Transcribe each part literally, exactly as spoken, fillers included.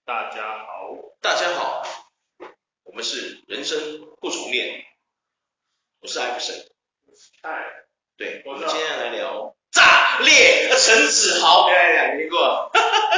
大家好， 大家好，我们是人生不重练，我是艾弗森。 嗨， 对，我我知道们今天来聊炸裂陈子豪，来来来，听过？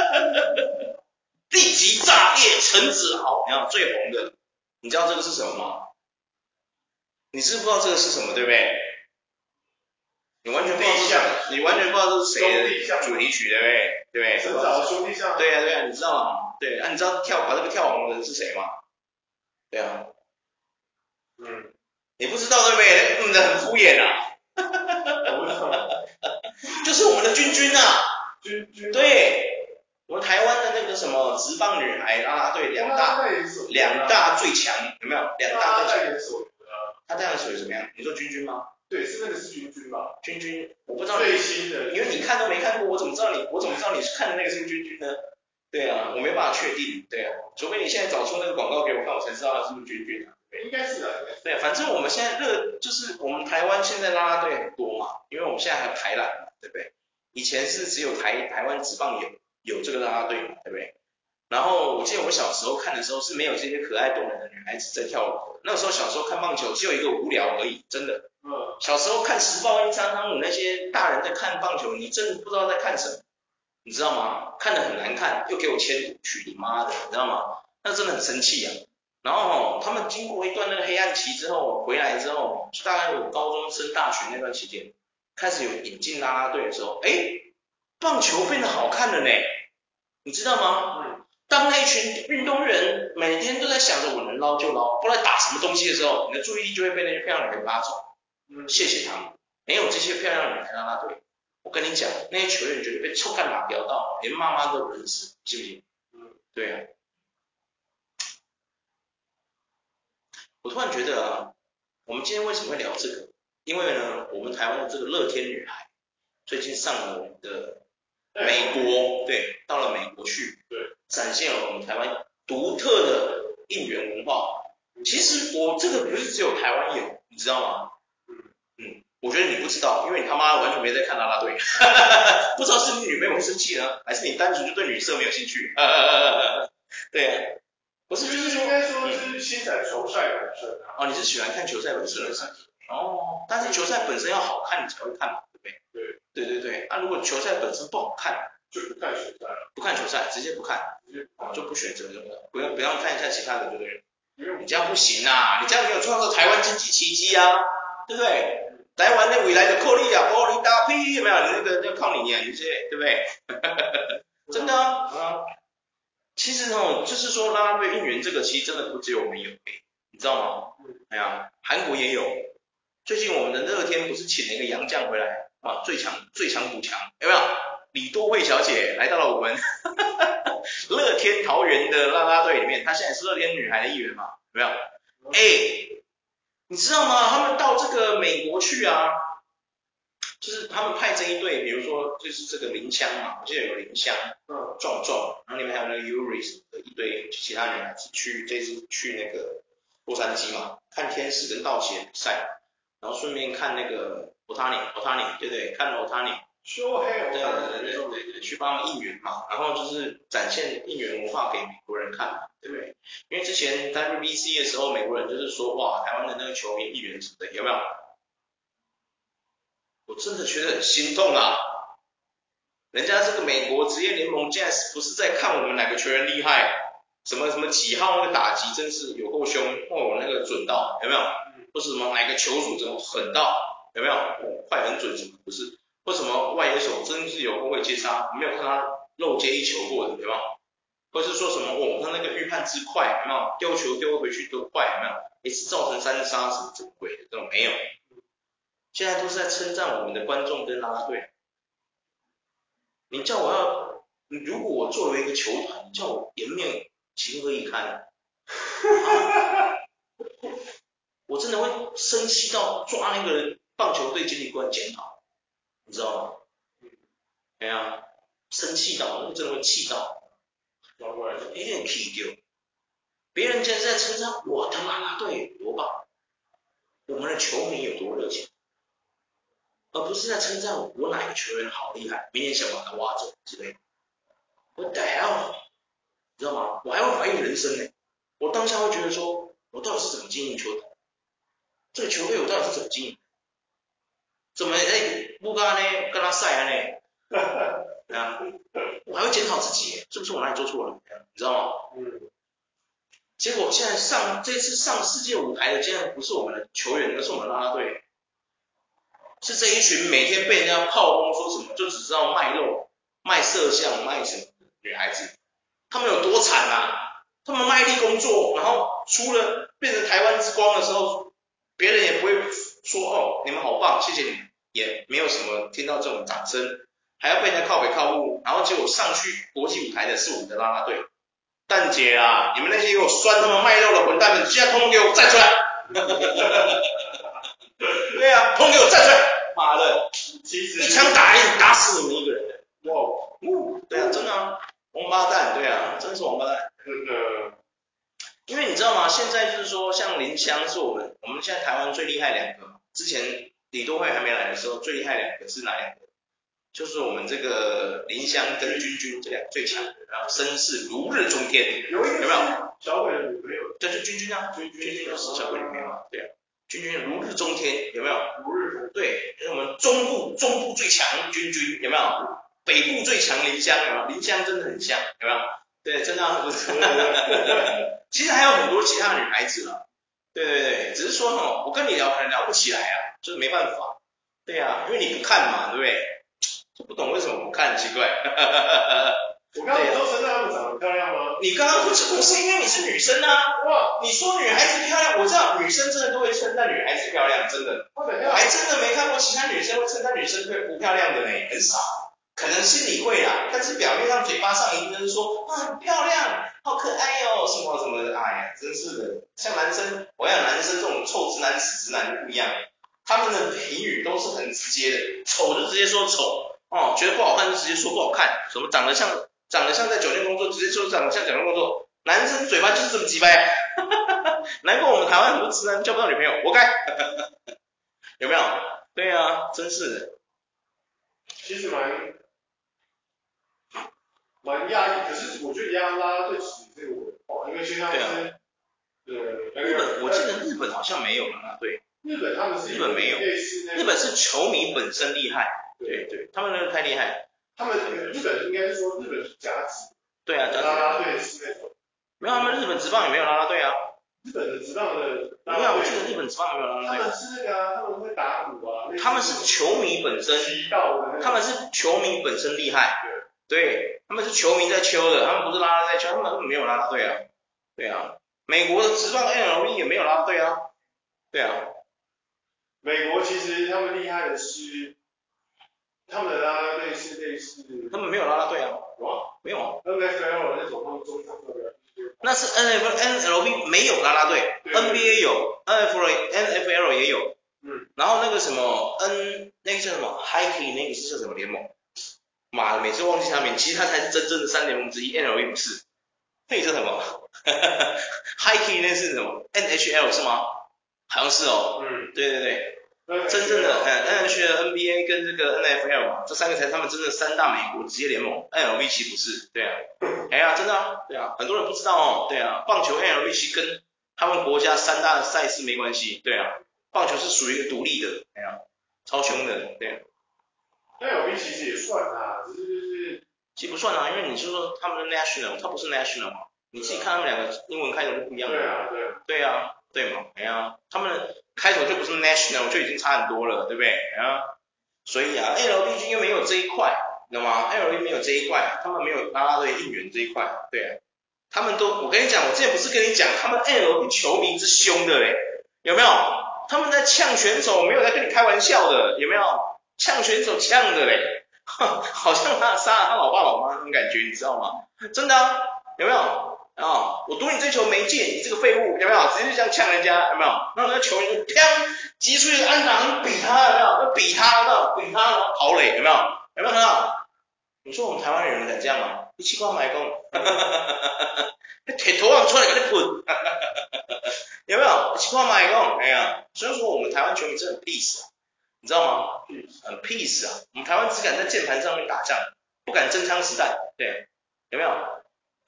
立即炸裂陈子豪，你看最红的，你知道这个是什么吗？你是不知道这个是什么，对不对？你完全不知道这是，你完全不知道这是谁的主题曲，对不对？对不对？ 陈子豪兄弟像， 对呀、啊、对呀、啊，你知道吗？对，啊，你知道跳把这个跳红的人是谁吗？对啊， 嗯， 你不知道对不对？嗯的很敷衍啊。 我不知道， 就是我们的君君啊， 君君， 对，我们台湾的那个什么职棒女孩啦啦队两大两大最强，有没有？两大最强。他这样属于怎么样？你说君君吗？ 对，是那个是君君吧？ 君君，我不知道最新的， 因为你看都没看过，我怎么知道你？我怎么知道你看的那个是君君呢？对啊，我没办法确定，对啊，除非你现在找出那个广告给我看，我才知道他是不是君君啊。 应该是的。 对啊，反正我们现在热，就是我们台湾现在啦啦队很多嘛，因为我们现在还有台篮嘛，对不对？以前是只有台台湾职棒有有这个啦啦队嘛，对不对？然后我记得我小时候看的时候是没有这些可爱动人的女孩子在跳舞的，那个时候小时候看棒球只有一个无聊而已，真的。 嗯。 小时候看时报一张汤姆那些大人在看棒球，你真的不知道在看什么，你知道吗？看得很难看，又给我签赌去你妈的，你知道吗？那真的很生气啊。然后他们经过一段那个黑暗期之后，回来之后，就大概有高中升大学那段期间，开始有引进啦啦队的时候，哎，棒球变得好看了呢，你知道吗？ 嗯。 当那一群运动员每天都在想着我能捞就捞，不知道打什么东西的时候，你的注意力就会被那些漂亮女孩拉走。 嗯。 谢谢他们，没有这些漂亮女孩啦啦队，我跟你讲，那些球员绝对被臭干打飙到，连妈妈都不认识，信不信？ 嗯。 对啊。我突然觉得啊，我们今天为什么会聊这个？因为呢，我们台湾的这个乐天女孩最近上了我们的美国，对，到了美国去， 对， 展现了我们台湾独特的应援文化。其实我这个不是只有台湾有，你知道吗？ 嗯嗯，我觉得你不知道，因为你他妈完全没在看啦啦队，不知道是你女朋友生气呢，还是你单纯就对女色没有兴趣？对啊。不是，就是说， 应该说是欣赏球赛本身啊。 哦，你是喜欢看球赛本身的是？哦，但是球赛本身要好看你才会看嘛，对不对？ 对。 对对对，啊，如果球赛本身不好看， 就不看球赛了。 不看球赛，直接不看，哦，就不选择这个，不要不要看一下其他的，对不对？你这样不行啊，你这样没有创造台湾经济奇迹啊，对不对？台湾的未来的扣力啊，玻璃大批有没有？你那个要靠你啊，你这对不对？真的啊。啊其实哦，就是说啦啦队应援这个，其实真的不只有我们有，你知道吗？哎呀，韩国也有。最近我们的乐天不是请了一个洋将回来啊，最强最强补强，有没有？李多惠小姐来到了我们乐天桃园的啦啦队里面，她现在是乐天女孩的一员嘛，有没有？哎，你知道吗？他们到这个美国去啊，就是他们派这一队，比如说就是这个林香嘛，我记得有林香，嗯，壮壮，然后里面还有那个 Uris 的一堆其他女孩子去这次去那个洛杉矶嘛，看天使跟道奇的比赛，然后顺便看那个 Otani，Otani 对不对？看了 Otani， Show hell， 对对对对对，去帮他们应援嘛，然后就是展现应援文化给美国人看嘛，对不对？因为之前 W B C 的时候，美国人就是说哇，台湾的那个球迷应援什么的，有没有？我真的觉得很心痛啊！人家这个美国职业联盟竟然不是在看我们哪个球员厉害，什么什么几号那个打击真是有够凶，哦那个准到有没有？或是什么哪个球主怎么狠到有没有？哦快很准什么不是？或什么外野手真是有够会接杀，没有看他漏接一球过的有没有？或是说什么哦他那个预判之快有没有？丢球丢回去多快有没有？一次造成三杀什么这么鬼的这种没有。现在都是在称赞我们的观众跟啦啦队。你叫我要，如果我作为一个球团，你叫我颜面情何以堪？啊、我真的会生气到抓那个棒球队经理官检讨，你知道吗？哎呀，生气到，那真的会气到，有点气丢。别人竟然在称赞我的啦啦队多棒，我们的球迷有多热情。而不是在称赞我哪个球员好厉害，明年想把他挖走之类的。What the hell？ 你知道吗？我验人生呢。我当下会觉得说，我到底是怎么经营球队？这个球队我到底是怎么经营？怎么哎不干呢？跟他赛啊呢？啊，我还会检讨自己，是不是我哪里做错了？你知道吗？嗯。结果现在上这次上世界舞台的，竟然不是我们的球员，而是我们的啦啦队，是这一群每天被人家炮轰说什么就只知道卖肉、卖色相、卖什么女孩子，他们有多惨啊！他们卖力工作，然后除了变成台湾之光的时候，别人也不会说哦你们好棒，谢谢你，也没有什么听到这种掌声，还要被人家靠北靠木，然后结果上去国际舞台的是我们的啦啦队。蛋姐啊，你们那些给我酸他们卖肉的混蛋们，现在通通给我站出来！对啊，通通给我站出来！妈的，其实一枪打赢打死你们一个人。哇，嗯，对啊，真的啊，王八蛋，对啊，真的是王八蛋。真的。因为你知道吗？现在就是说，像林湘是我们我们现在台湾最厉害两个，之前李多惠还没来的时候，最厉害两个是哪两个？就是我们这个林湘跟君君这两个最强的，然后声势如日中天，有没有？ 小鬼的女朋友， 对，就君君啊，君君就是小鬼女朋友嘛，对啊，君君如日中天，有没有？ 如日中天，对， 就是我们中部中部最强君君，有没有？北部最强林湘，有没有？林湘真的很香，有没有？对，真的啊，不是。其实还有很多其他的女孩子啦，对对对，只是说哈，我跟你聊可能聊不起来啊，就是没办法，对啊，因为你不看嘛，对不对？就不懂为什么不看，奇怪。 我刚刚不都称赞她们长得漂亮吗？ 你刚刚不是不是因为你是女生啊？哇，你说女孩子漂亮，我知道女生真的都会称赞女孩子漂亮，真的。我还真的没看过其他女生会称赞女生不漂亮的呢，很少。可能心里会啦，但是表面上嘴巴上一定就是说啊很漂亮，好可爱哦，什么什么的，哎呀，真是的。像男生，我想男生这种臭直男死直男不一样，他们的评语都是很直接的，丑就直接说丑。哦，觉得不好看就直接说不好看，什么长得像长得像在酒店工作，直接说长得像酒店工作。男生嘴巴就是这么鸡掰，难怪我们台湾很多直男交不到女朋友，活该。有没有？对啊，真是的。 其实蛮蛮压抑，可是我觉得压拉对起这个文化，因为就像是，呃， 日本，我记得日本好像没有啦，对。 日本他们是日本没有，日本是球迷本身厉害。对对，他们那个太厉害。 他们日本应该是说日本是甲子， 对啊，甲子啦啦队是那种， 没有，他们日本职棒也没有啦啦队啊。 日本的职棒的啦啦队，我记得日本职棒没有啦啦队。 他们是那个啊，他们会打鼓啊。 他们是球迷本身，他们是球迷本身厉害，对，他们是球迷在秋的，他们不是啦啦在秋，他们根本没有啦啦队啊，对啊，美国的职棒 N L B 也没有啦啦队啊，对啊。 美国其实他们厉害的是，他们的啦啦队是类似， 他们没有啦啦队啊， 有啊， 没有啊 ，N F L 那种他们中上特别， 那是 N F N L B 没有啦啦队 ，N B A 有 ，N F L N F L 也有，嗯，然后那个什么 N 那个叫什么 Hockey 那个是叫什么联盟？妈的，每次忘记他名，其实他才是真正的三联盟之一 ，N L B 不是，那个叫什么？Hockey 那是什么 ？N H L 是吗？好像是哦，嗯，对对对，真正的呃 N H L、N B A 跟这个 N F L 嘛，这三个才是他们真正三大美国职业联盟 ，N L B 其实不是，对啊，哎呀，真的啊，对啊，很多人不知道哦，对啊，棒球 N L B 其实跟他们国家三大赛事没关系，对啊，棒球是属于一个独立的，哎呀，超凶的，对啊。 N L B 其实也算啊，只是就是， 其实不算啊，因为你是说他们的 national，它不是 national 嘛，你自己看他们两个英文开头就不一样， 对啊，对啊， 对啊，对嘛，哎呀，他们开头就不是 national， 就已经差很多了，对不对？啊，所以啊 ，L B 就因为没有这一块，你知道吗 ？L B 没有这一块，他们没有啦啦队应援这一块，对啊，他们都，我跟你讲，我之前不是跟你讲，他们 L B 球迷之凶的嘞，有没有？他们在呛选手，没有在跟你开玩笑的，有没有？呛选手呛的嘞，好像他杀了他老爸老妈那种感觉，你知道吗？真的啊，有没有？啊，我赌你这球没进，你这个废物，有没有？直接就这样呛人家，有没有？然后那球员就砰击出一个安打，比他有没有？要比他有没有？比他然后跑垒有没有？有没有看到？你说我们台湾人敢这样吗？你奇怪买工，那铁头往出来给你滚，有没有？你奇怪买工，哎呀，所以说我们台湾球迷真的很 peace 啊。你知道吗？很 peace 啊！我们台湾只敢在键盘上面打仗，不敢真枪实弹，对，有没有？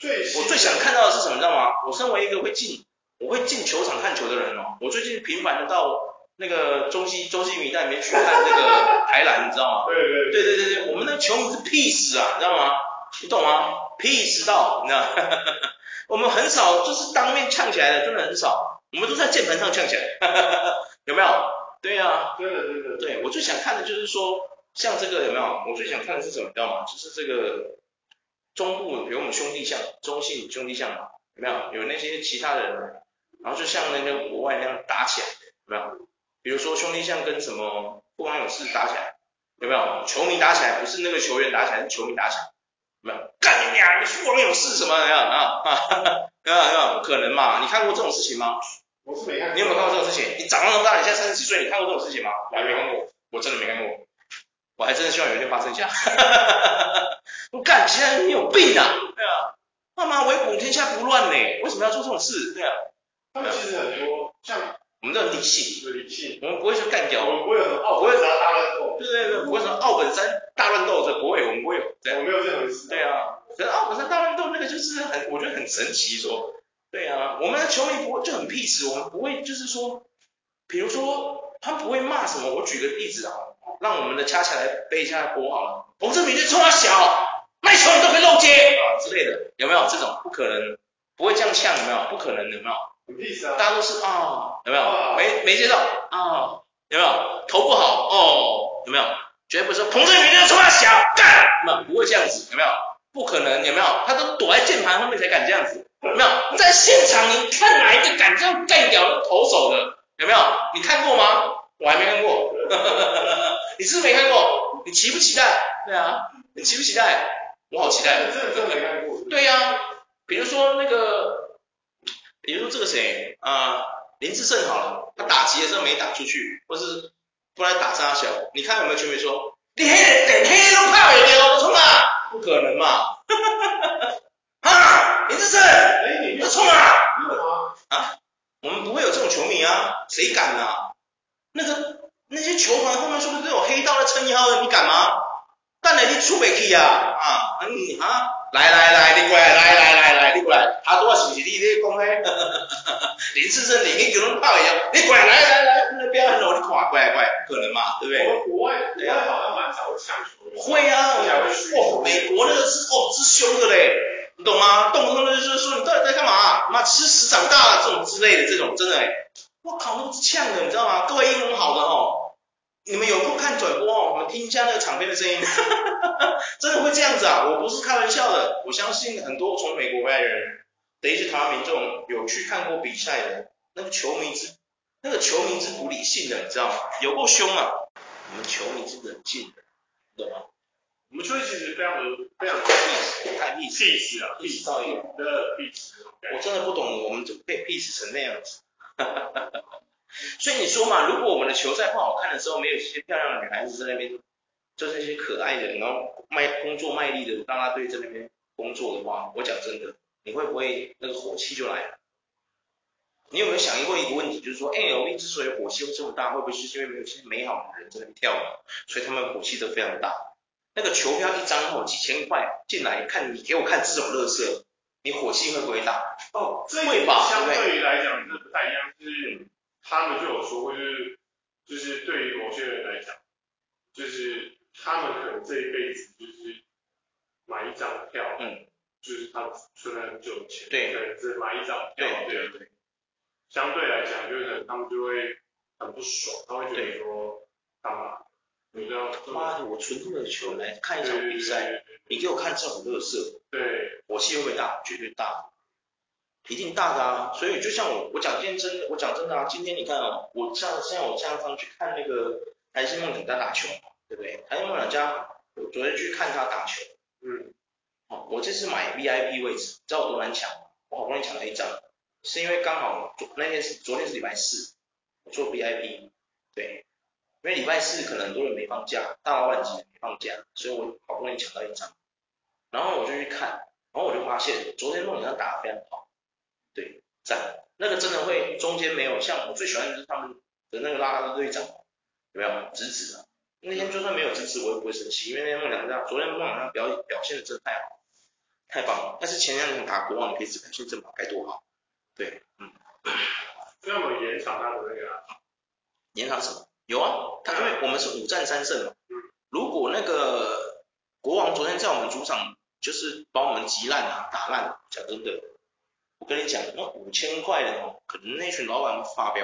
最我最想看到的是什么，你知道吗？我身为一个会进我会进球场看球的人哦，我最近频繁的到那个中西中西米代里面去看这个台篮，你知道吗？ 对对对对对对，我们那个球迷是 peace 啊，你知道吗？你懂吗 ？peace 到，你知道我们很少就是当面呛起来的，真的很少，我们都在键盘上呛起来，有没有？对啊， 真的真的。 对，我最想看的就是说，像这个有没有？我最想看的是什么，你知道吗？就是这个中部，比如我们兄弟象、中信兄弟象嘛，有没有？有那些其他的人，然后就像那个国外那样打起来，有没有？比如说兄弟象跟什么富邦勇士打起来，有没有？球迷打起来，不是那个球员打起来，是球迷打起来，有没有？干你娘！你富邦勇士什么呀？啊啊！有没有？有没有？不可能嘛！你看过这种事情吗？ 我是没看过。 你有没有看过这种事情？你长那么大，你现在三十几岁，你看过这种事情吗？我还没看过，我真的没看过。我还真的希望有一天发生一下。我干，其他人你有病啊！对啊，他妈唯恐天下不乱呢，为什么要做这种事？对啊， 他们其实很多像我们都很理性， 理性， 我们不会说干掉， 我们不会有什么奥本山大乱斗， 对对对，不会说奥本山大乱斗，这不会，我们不会有， 我们没有这回事。 对啊，可是奥本山大乱斗那个就是很，我觉得很神奇说，对啊，我们的球迷不会就很 peace，我们不会就是说，比如说他不会骂什么，我举个例子啊，让我们的恰恰来背一下锅好了，彭正明就冲他小，卖球你都可以漏接啊之类的，有没有这种？不可能，不会这样呛，有没有？不可能，有没有？ 很 peace 啊， 大家都是啊，有没有？没没接到啊，有没有？投不好哦，有没有？绝不是彭正明就冲他小，干，有没有？不会这样子，有没有？不可能，有没有？他都躲在键盘后面才敢这样子，有没有？在现场你看哪一个敢这样干掉那投手的？有没有？你看过吗？我还没看过，你是不是没看过？你期不期待？对啊，你期不期待？我好期待。 真的真的没看过。 对呀、啊，比如说那个，比如说这个谁啊、呃，林志胜好了，他打击的时候没打出去，或是不知道打啥小，你看有没有球迷说，你黑点黑都怕没丢，冲啊！不可能嘛！啊，林志胜，哎，你冲啊！啊，我们不会有这种球迷啊，谁敢啊？那个那些球团后面说不是有黑道在撑腰的，你敢吗？但你你出不去啊啊！嗯啊，来来来，你过来，来来来来，你过来，他多是不是你在讲嘿？林志胜，你你叫人泡一样，你过来，来来来，那边很容易垮，过来过来，不可能嘛，对不对？ 国外国外好像蛮少会抢球的。 会啊，哦，美国那个是哦之凶的嘞，你懂吗？动不动就是说你到底在干嘛？妈吃屎长大了这种之类的，这种真的哎，我靠，那是呛的，你知道吗？各位英文好的哦，你们有空看转播哦，我们听一下那个场边的声音，真的会这样子啊？我不是开玩笑的，我相信很多从美国回来的人的一些台湾民众有去看过比赛的，那个球迷之那个球迷是不理性的，你知道吗？有够凶啊！我们球迷是冷静的，懂吗？ 我们球迷其实非常的非常的 peace， 太 peace 啊 peace 到一个的 peace， 我真的不懂，我们怎么被 peace 成那样子？所以你说嘛，如果我们的球赛不好看的时候，没有这些漂亮的女孩子在那边，就是那些可爱的，然后卖工作卖力的啦啦队在那边工作的话，我讲真的，你会不会那个火气就来了？你有没有想过一个问题，就是说 N L B 之所以火气会这么大，会不会是因为没有些美好的人在那边跳舞，所以他们火气都非常大？那个球票一张哦几千块进来看，你给我看这种垃圾，你火气会不会大？ 哦，这会吧？ 相对于来讲是不太一样，就是他们就有说过，就是就是对于某些人来讲，就是他们可能这一辈子就是买一张票，嗯，就是他存了很久的钱，对，可能是买一张票，对对对。相对来讲，就是可能他们就会很不爽，他会觉得说干嘛？你知道， 妈的，我存这么久来看一场比赛，你给我看这种垃圾，对，火气会不会大？绝对大，一定大的啊！所以就像我，我讲今天真的，我讲真的啊，今天你看哦，我像现在我这样上去看那个台新梦想家打球，对不对？台新梦想家，我昨天去看他打球，嗯，哦，我这次买 V I P 位置，知道我多难抢吗？我好不容易抢了一张，是因为刚好那天是昨天是礼拜四，我做 V I P， 对。因为礼拜四可能很多人没放假，大老板级没放假，所以我好不容易抢到一张，然后我就去看，然后我就发现昨天梦想家打得非常好，对，赞，那个真的会中间没有像我最喜欢的就是他们的那个啦啦队长，有没有？直直啊，那天就算没有直直我也不会生气，因为那天梦想家昨天梦想家表表现的真的太好， 太棒了！但是前两年打国王，你可以只看新正版该多好。对，嗯。 所以我们延长他的那个、啊。 延长什么？有啊，他因为我们是五战三胜嘛。如果那个国王昨天在我们主场就是把我们击烂啊，打烂，讲真的，我跟你讲，那五千块的哦，可能那群老板会发飙。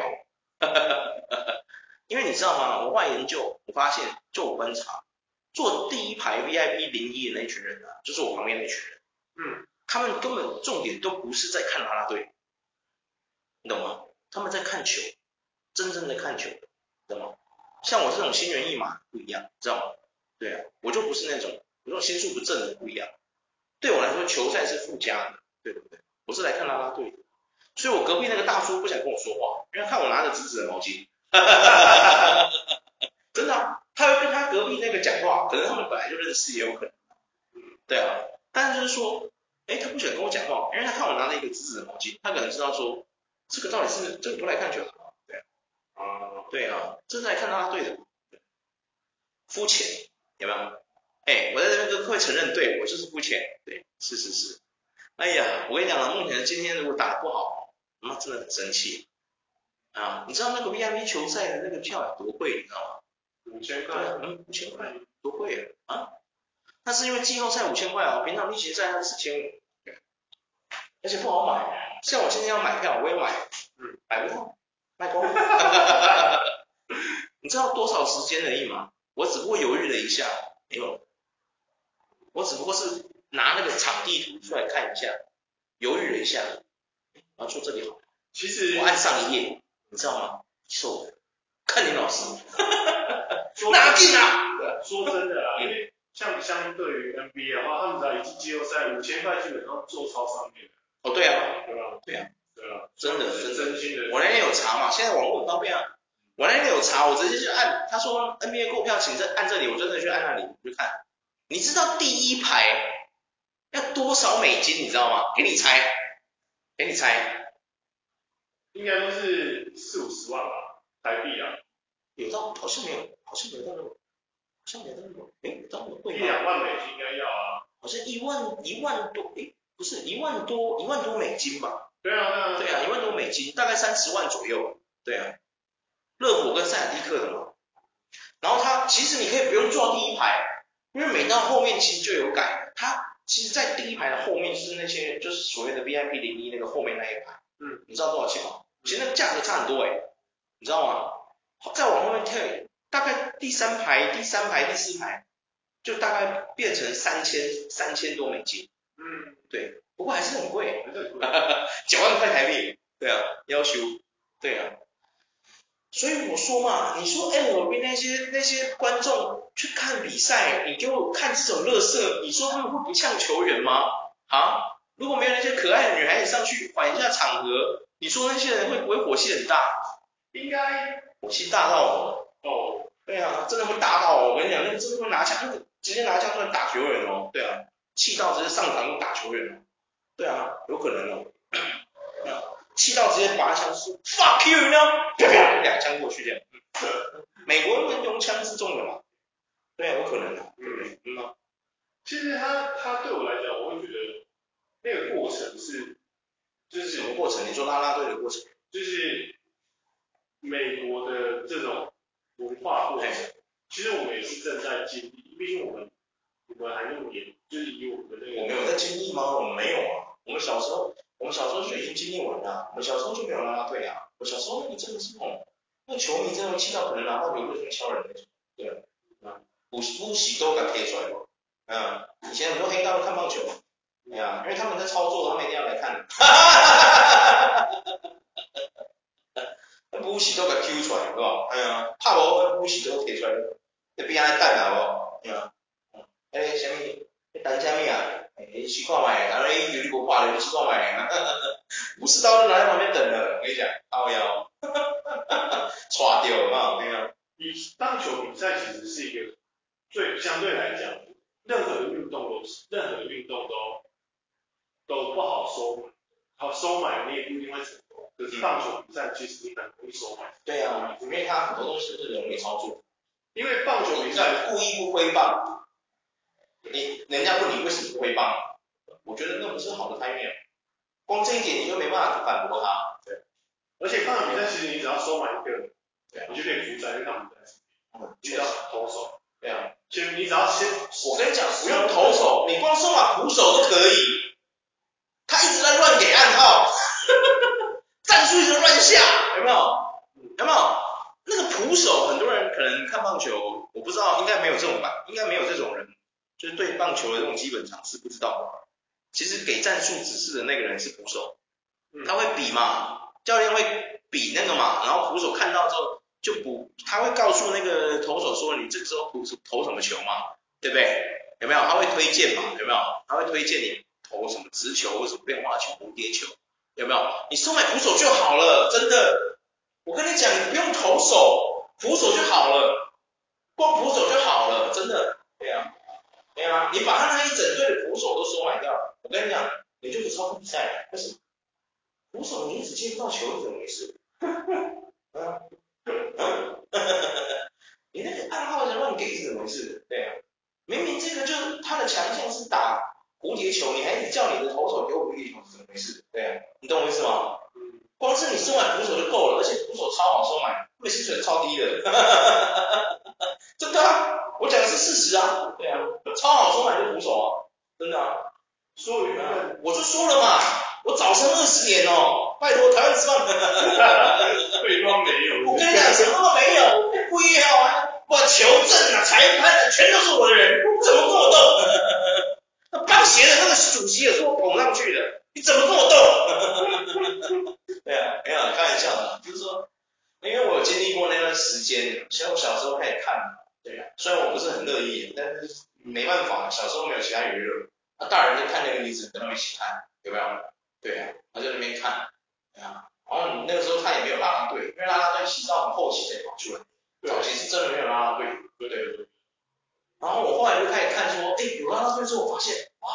因为你知道吗？我后来研究，我发现，就我观察，坐第一排 V I P 零一的那群人啊，就是我旁边那群人，嗯，他们根本重点都不是在看啦啦队，你懂吗？他们在看球。真正的看球，知道吗？像我这种心猿意马不一样，知道吗？对啊，我就不是那种，我这种心术不正的不一样。对我来说，球赛是附加的，对不对？我是来看啦啦队的，所以我隔壁那个大叔不想跟我说话，因为看我拿着纸纸的毛巾，真的、啊，他会跟他隔壁那个讲话，可能他们本来就认识，也有可能。对啊，但是就是说，哎，他不想跟我讲话，因为他看我拿着一个纸纸的毛巾，他可能知道说，这个到底是这个不来看球的。啊，对啊，这是来看啦啦队的，肤浅，有没有？哎，我在这边跟各位承认，对我就是肤浅，对，是是是。哎呀，我跟你讲了，目前今天如果打得不好，妈真的很生气啊！你知道那个 V I P 球赛的那个票有多贵，你知道吗？ 五千块， 嗯，五千块，多贵啊！啊，那是因为季后赛五千块哦，平常例行赛它四千五，而且不好买。像我今天要买票，我也买，嗯，买不到，卖光了。你知道多少时间而已吗？我只不过犹豫了一下，没有，我只不过是拿那个场地图出来看一下，犹豫了一下，然后说这里好。 其实我按上一页，你知道吗？错，看你老师，哪进啊？ 说真的啊，因为像相对于 N B A 的话，他们只要一进季后赛，五千块基本上做超上面的。 哦，对啊， 对啊， 对啊， 对啊， 真的真的， 真心的。 我那天有查嘛，现在网络很方便啊。我那天有查，我直接去按，他说 N B A 购票请这按这里，我真的去按那里，我就看。你知道第一排要多少美金，你知道吗？给你猜，给你猜， 应该都是四五十万吧，台币啊。 有到好像没有，好像没有到那么，好像没有到那么，哎，有到那么贵吗？ 一两万美金应该要啊。 好像一万一万多，哎，不是一万多，一万多美金吧？ 对啊，对啊， 对啊，一万多美金，大概三十万左右。对啊，热火跟塞尔蒂克的嘛。然后它其实你可以不用坐第一排，因为每到后面其实就有改。它其实，在第一排的后面是那些就是所谓的 V I P 零一那个后面那一排，嗯，你知道多少钱吗？其实那个价格差很多哎、欸，你知道吗？再往后面退，大概第三排、第三排、第四排，就大概变成三千三千多美金，嗯，对，不过还是很贵，九万块台币，对啊，要求，对啊。所以我说嘛，你说 L B 那些那些观众去看比赛，你就看这种垃圾，你说他们会不呛球员吗？啊？如果没有那些可爱的女孩子上去缓一下场合，你说那些人会不会火气很大？ 应该火气大到哦， 哦， 对啊，真的会大到哦，我跟你讲，那个真的会拿枪，那个直接拿枪出来打球员哦，对啊，气到直接上场打球员哦，对啊，有可能哦。气到直接拔枪说 fuck you 呢，啪啪两枪过去这样。美国人用枪自重的嘛，对啊，有可能的、啊，对不对？嗯啊。 其实他他对我来讲，我会觉得那个过程是，就是什么过程？你说啦啦队的过程？ 就是美国的这种文化过程，其实我们也是正在经历，毕竟我们我们还那么年，就是以我们的那个。 我们有在经历吗？我们没有啊，我们小时候，我们小时候就已经经历完了，我们小时候就没有啦啦队啊，我小时候那个真的是那种，那个球迷真的气到可能拿到玫瑰金敲人那种，对啊，补补习都敢贴出来过，嗯，以前很多黑道看棒球，对啊，因为他们在操作，他们一定要来看，哈哈哈哈哈哈，补习都敢 Q 出来，是吧？哎呀，怕无补习都贴出来，你边仔等啊无，对啊，诶，什么？你等什么啊？你去看卖，然后你有你无挂的，你去看卖，武士刀就拿在旁边等了，我跟你讲，靠腰，刷掉嘛，对啊。 以棒球比赛其实是一个最相对来讲，任何的运动都是，任何的运动都都不好收买，好收买你也不一定会成功。可是棒球比赛其实你很容易收买。 对啊，因为它很多东西是人为操作。 因为棒球比赛故意不挥棒，你人家问你为什么不挥棒， 我觉得那不是好的 timing， 光这一点你就没办法反驳他。 对，而且看比赛其实你只要收买一个， 对， 你就可以主宰一场比赛。 嗯， 你只要投手， 对啊， 其实你只要先， 我跟你讲，不用投手，你光收买捕手都可以。他一直在乱给暗号，战术一直乱下，有没有？有没有？那个捕手，很多人可能看棒球，我不知道，应该没有这种吧，应该没有这种人，就是对棒球的这种基本常识不知道。其实给战术指示的那个人是捕手，他会比嘛，教练会比那个嘛，然后捕手看到之后就捕，他会告诉那个投手说你这个时候捕投什么球嘛，对不对？有没有？他会推荐嘛，有没有？他会推荐你投什么直球或什么变化球、蝴蝶球，有没有？你收买捕手就好了，真的。我跟你讲，你不用投手，捕手就好了，光捕手就好了，真的。对啊，对啊，你把他那一整队的捕手都收买掉，我跟你讲，你就可超过比赛了。为什么？捕手你一直接不到球，怎么回事？啊，你那个暗号在乱给是怎么回事？对啊，明明这个就是他的强项是打蝴蝶球，你还一直叫你的投手给我蝴蝶球是怎么回事？对啊，你懂我意思吗？光是你收买捕手就够了，而且捕手超好收买，因为薪水超低的，真的啊，我讲的是事实啊，对啊，超好收买的捕手啊，真的啊，所以啊，我就说了嘛，我早生二十年哦，拜托台湾职棒， 对方没有， 我跟你讲什么都没有，不要啊，我球证啊、裁判啊，全都是我的人，怎么跟我斗？那棒协的那个主席也是我捧上去的，你怎么跟我斗？对啊，没有开玩笑的，就是说，因为我有经历过那段时间，像我小时候开始看，对啊，虽然我不是很乐意，但是没办法，小时候没有其他娱乐，那大人就看那个，你只能跟他们一起看，有没有？对啊，他在那边看，对啊，然后你那个时候他也没有啦啦队，因为啦啦队其实到很后期才跑出来，早期是真的没有啦啦队，对对对。然后我后来就开始看说，哎，有啦啦队之后，我发现，哇，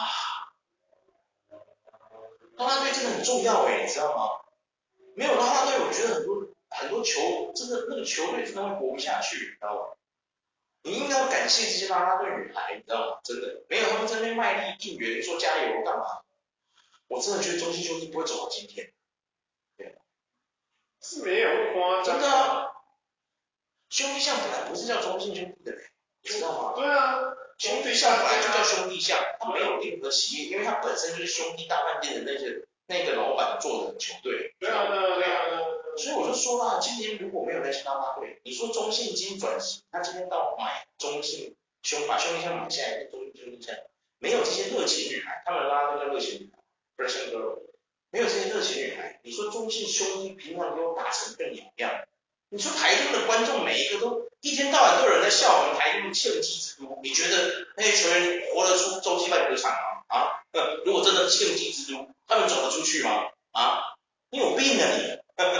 啦啦队真的很重要哎，你知道吗？没有啦啦队，我觉得很多很多球真的那个球队真的会活不下去，你知道吗？你应该要感谢这些啦啦队女孩，你知道吗？真的，没有他们在那边卖力应援说加油干嘛？我真的觉得中信兄弟不会走到今天。对， 是没有那么夸张， 真的啊。兄弟象本来不是叫中信兄弟的，你知道吗？ 对啊， 兄弟象本来就叫兄弟象，它没有任何企业，因为它本身就是兄弟大饭店的那些那个老板做的球队。 对啊，对啊，对啊。 所以我就说啦，今天如果没有那些啦啦队，你说中信金转型，他今天到买中信兄把兄弟象买下来，跟中信兄弟象，没有这些热情女孩，他们啦啦队叫热情女孩 ，Russian girl， 没有这些热情女孩，你说中信兄弟平常给我打成跟鸟一样，你说台中的观众每一个都一天到晚都有人在笑我们台中欠绩之都，你觉得那些球员活得出洲际棒球场吗？啊，如果真的欠绩之都，他们走得出去吗？啊，你有病啊你！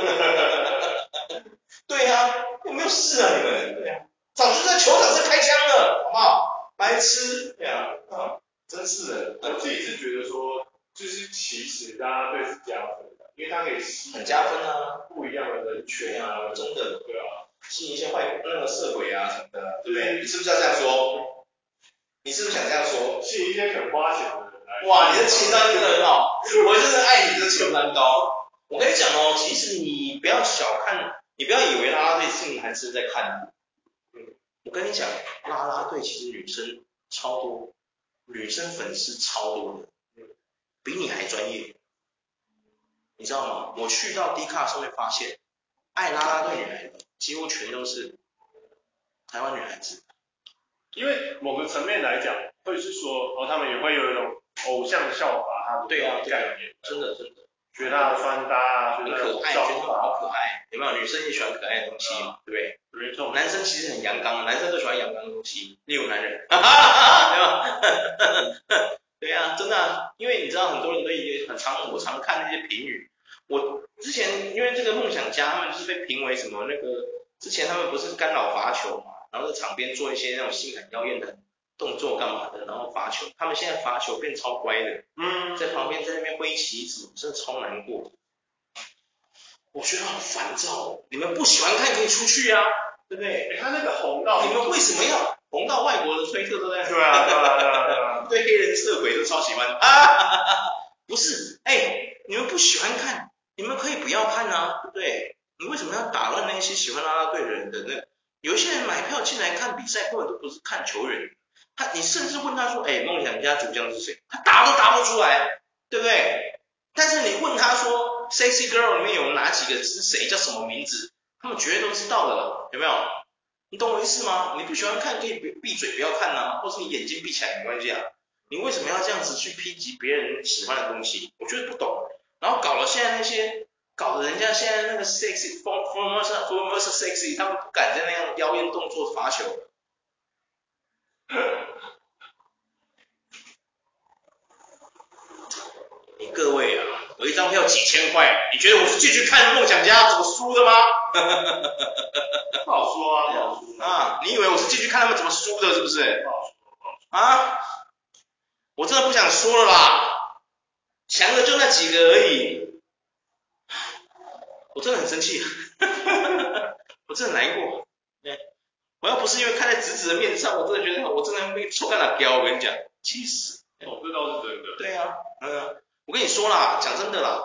对啊，有没有事啊你们？对啊，早就在球场上开枪了，好不好？白痴，对啊，啊，真是的。 我自己是觉得说，就是其实啦啦队是加分的，因为它可以吸很加分啊， 不一样的人群啊， 真的， 对啊， 吸引一些坏那个色鬼啊什么的，对不对？你是不是要这样说？你是不是想这样说？ 吸引一些肯花钱的人来。 哇，你的情商真的很好，我真的爱你的情商高。我跟你讲哦，其实你不要小看，你不要以为啦啦队是男生在看，嗯，我跟你讲，啦啦队其实女生超多，女生粉丝超多的，比你还专业，你知道吗？我去到 D 卡上面发现，爱啦啦队女孩的几乎全都是台湾女孩子， 因为某个层面来讲，会是说哦，他们也会有一种偶像效法他的对啊， 概念， 真的真的。 觉得他的穿搭啊， 很可爱，觉得他们好可爱，有没有？女生也喜欢可爱的东西嘛，对不对？ 没错。 男生其实很阳刚，男生都喜欢阳刚的东西，例如男人，对吧？对呀、啊，真的、啊，因为你知道很多人都也很常，我常看那些评语。我之前因为这个梦想家，他们就是被评为什么那个，之前他们不是干扰罚球嘛，然后在场边做一些那种性感妖艳的动作干嘛的，然后罚球，他们现在罚球变超乖的，嗯，在旁边在那边挥旗子，真的超难过。我觉得好烦躁哦，你们不喜欢看可以出去啊，对不对？ 他那个红到， 你们为什么要红到外国的推特都在？ 对啊，对啊，对啊，对啊。 堆黑人色鬼都超喜欢啊，不是，哎、欸，你们不喜欢看，你们可以不要看啊，对不对？你为什么要打乱那些喜欢啦啦队的人的那个？有一些人买票进来看比赛，根本都不是看球员，他你甚至问他说，哎、欸，梦想家主将是谁？他答都答不出来，对不对？但是你问他说 ，Sexy Girl 里面有哪几个是谁，叫什么名字？他们绝对都知道的了，有没有？你懂我意思吗？你不喜欢看可以闭嘴不要看啊，或是你眼睛闭起来没关系啊。你为什么要这样子去抨击别人喜欢的东西？我觉得不懂。然后搞了现在那些，搞得人家现在那个 sexy Formosa Formosa sexy， 他们不敢在那样妖艳动作罚球。你各位啊，我一张票几千块，你觉得我是进去看梦想家怎么输的吗？ 不好说啊，不好说啊！你以为我是进去看他们怎么输的，是不是？ 不好说，不好说啊！我真的不想说了啦，强的就那几个而已。我真的很生气，我真的难过。我要不是因为看在侄子的面子上，我真的觉得我真的被臭干了屌，我跟你讲，气死。 哦，这倒是真的。 对啊，嗯，我跟你说啦，讲真的啦。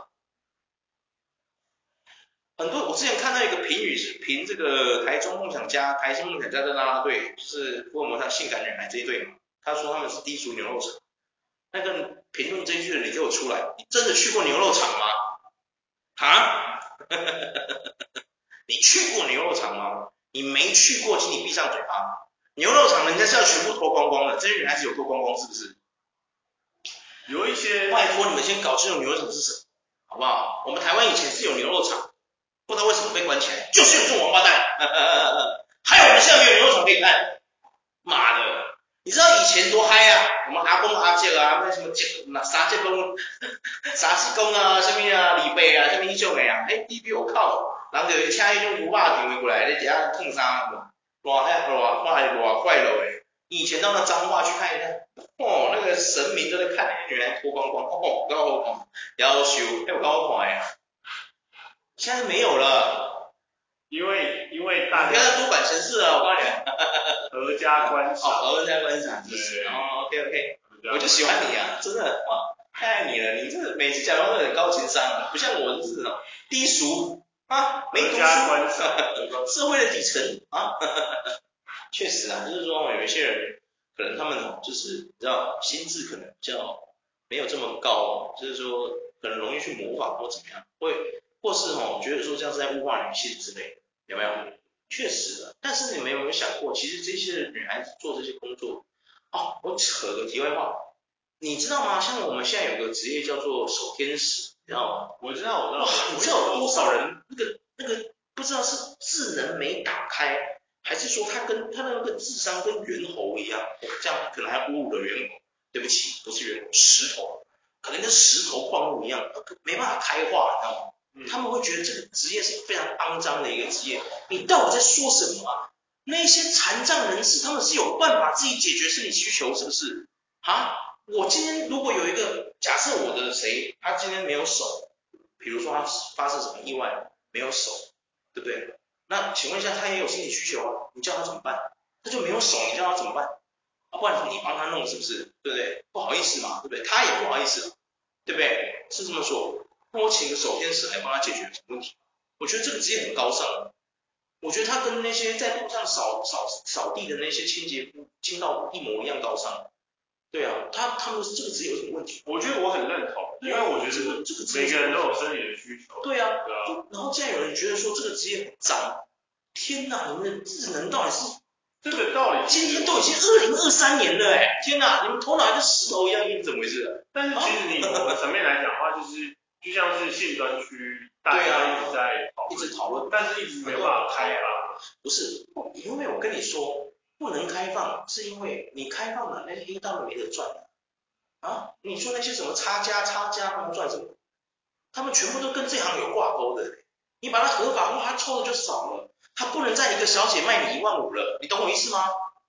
很多我之前看到一个评语是评这个台中梦想家、台新梦想家的啦啦队，就是福尔摩沙性感女孩这一队嘛。他说他们是低俗牛肉场。那个评论这一句的你给我出来，你真的去过牛肉场吗？啊？你去过牛肉场吗？你没去过，请你闭上嘴巴。牛肉场人家是要全部脱光光的，这些女孩子有脱光光是不是？ 有一些， 拜托你们先搞清楚牛肉场是什么，好不好？我们台湾以前是有牛肉场。不知道为什么被关起来，就是有这种王八蛋。还有我们现在没有牛肉场可以看，妈的！你知道以前多嗨啊？我们阿公阿姐啊，那什么姐那啥姐公、啥子公啊，什么啊，李贝啊，什么英雄的啊，哎，比比我靠，人就去请迄种牛肉场过来，你食啊烫啥嘛，偌嗨偌快偌快乐诶！以前到那彰化去看一看，哦，那个神明都在看那些女孩脱光光，哦，够好看，夭寿，哎，有够好看呀！现在没有了， 因为因为大家不要再多管闲事了，我告诉你， 合家观赏， 哦，合家观赏，对，哦 ，OK OK，我就喜欢你啊，真的，哇，太爱你了，你这每次讲话都很高情商啊，不像我就是那种低俗啊，没读书，社会的底层啊，确实啊，就是说有一些人可能他们就是你知道心智可能比较没有这么高，就是说可能容易去模仿或怎么样，会。或是哦，觉得说这样是在物化女性之类的，有没有？确实的，但是你们有没有想过，其实这些女孩子做这些工作，哦，我扯个题外话，你知道吗？像我们现在有个职业叫做守天使，你知道吗？ 我知道，我知道。 哇，你知道有多少人那个那个不知道是智能没打开，还是说他跟他那个智商跟猿猴一样，这样可能还侮辱了猿猴。对不起，不是猿猴，石头，可能跟石头矿物一样，没办法开化，你知道吗？他们会觉得这个职业是非常肮脏的一个职业，你到底在说什么啊？那些残障人士他们是有办法自己解决生理需求，是不是？啊，我今天如果有一个假设我的谁，他今天没有手，比如说他发生什么意外没有手，对不对？那请问一下，他也有生理需求啊，你叫他怎么办？他就没有手，你叫他怎么办？啊，不然你帮他弄是不是？对不对？不好意思嘛，对不对？他也不好意思，对不对？是这么说。那我请个守天使来帮他解决什么问题？我觉得这个职业很高尚，我觉得他跟那些在路上扫扫扫地的那些清洁夫、清道夫一模一样高尚。对啊，他他们这个职业有什么问题？ 我觉得我很认同，因为我觉得这个每个人都有生理的需求。 对啊，对啊。然后竟然有人觉得说这个职业很脏，天哪，你们的智能到底是？ 这个道理今天都已经二零二三年了哎，天哪，你们头脑还跟石头一样硬，怎么回事？ 但是其实你从层面来讲的话，就是就像是性专区，大家一直在一直讨论， 但是一直没有办法开放。 不是，因为我跟你说，不能开放，是因为你开放了，那些黑道没得赚啊。你说那些什么差价差价，他们赚什么？他们全部都跟这行有挂钩的。你把它合法化，他抽的就少了。他不能在一个小姐卖你一万五了，你懂我意思吗？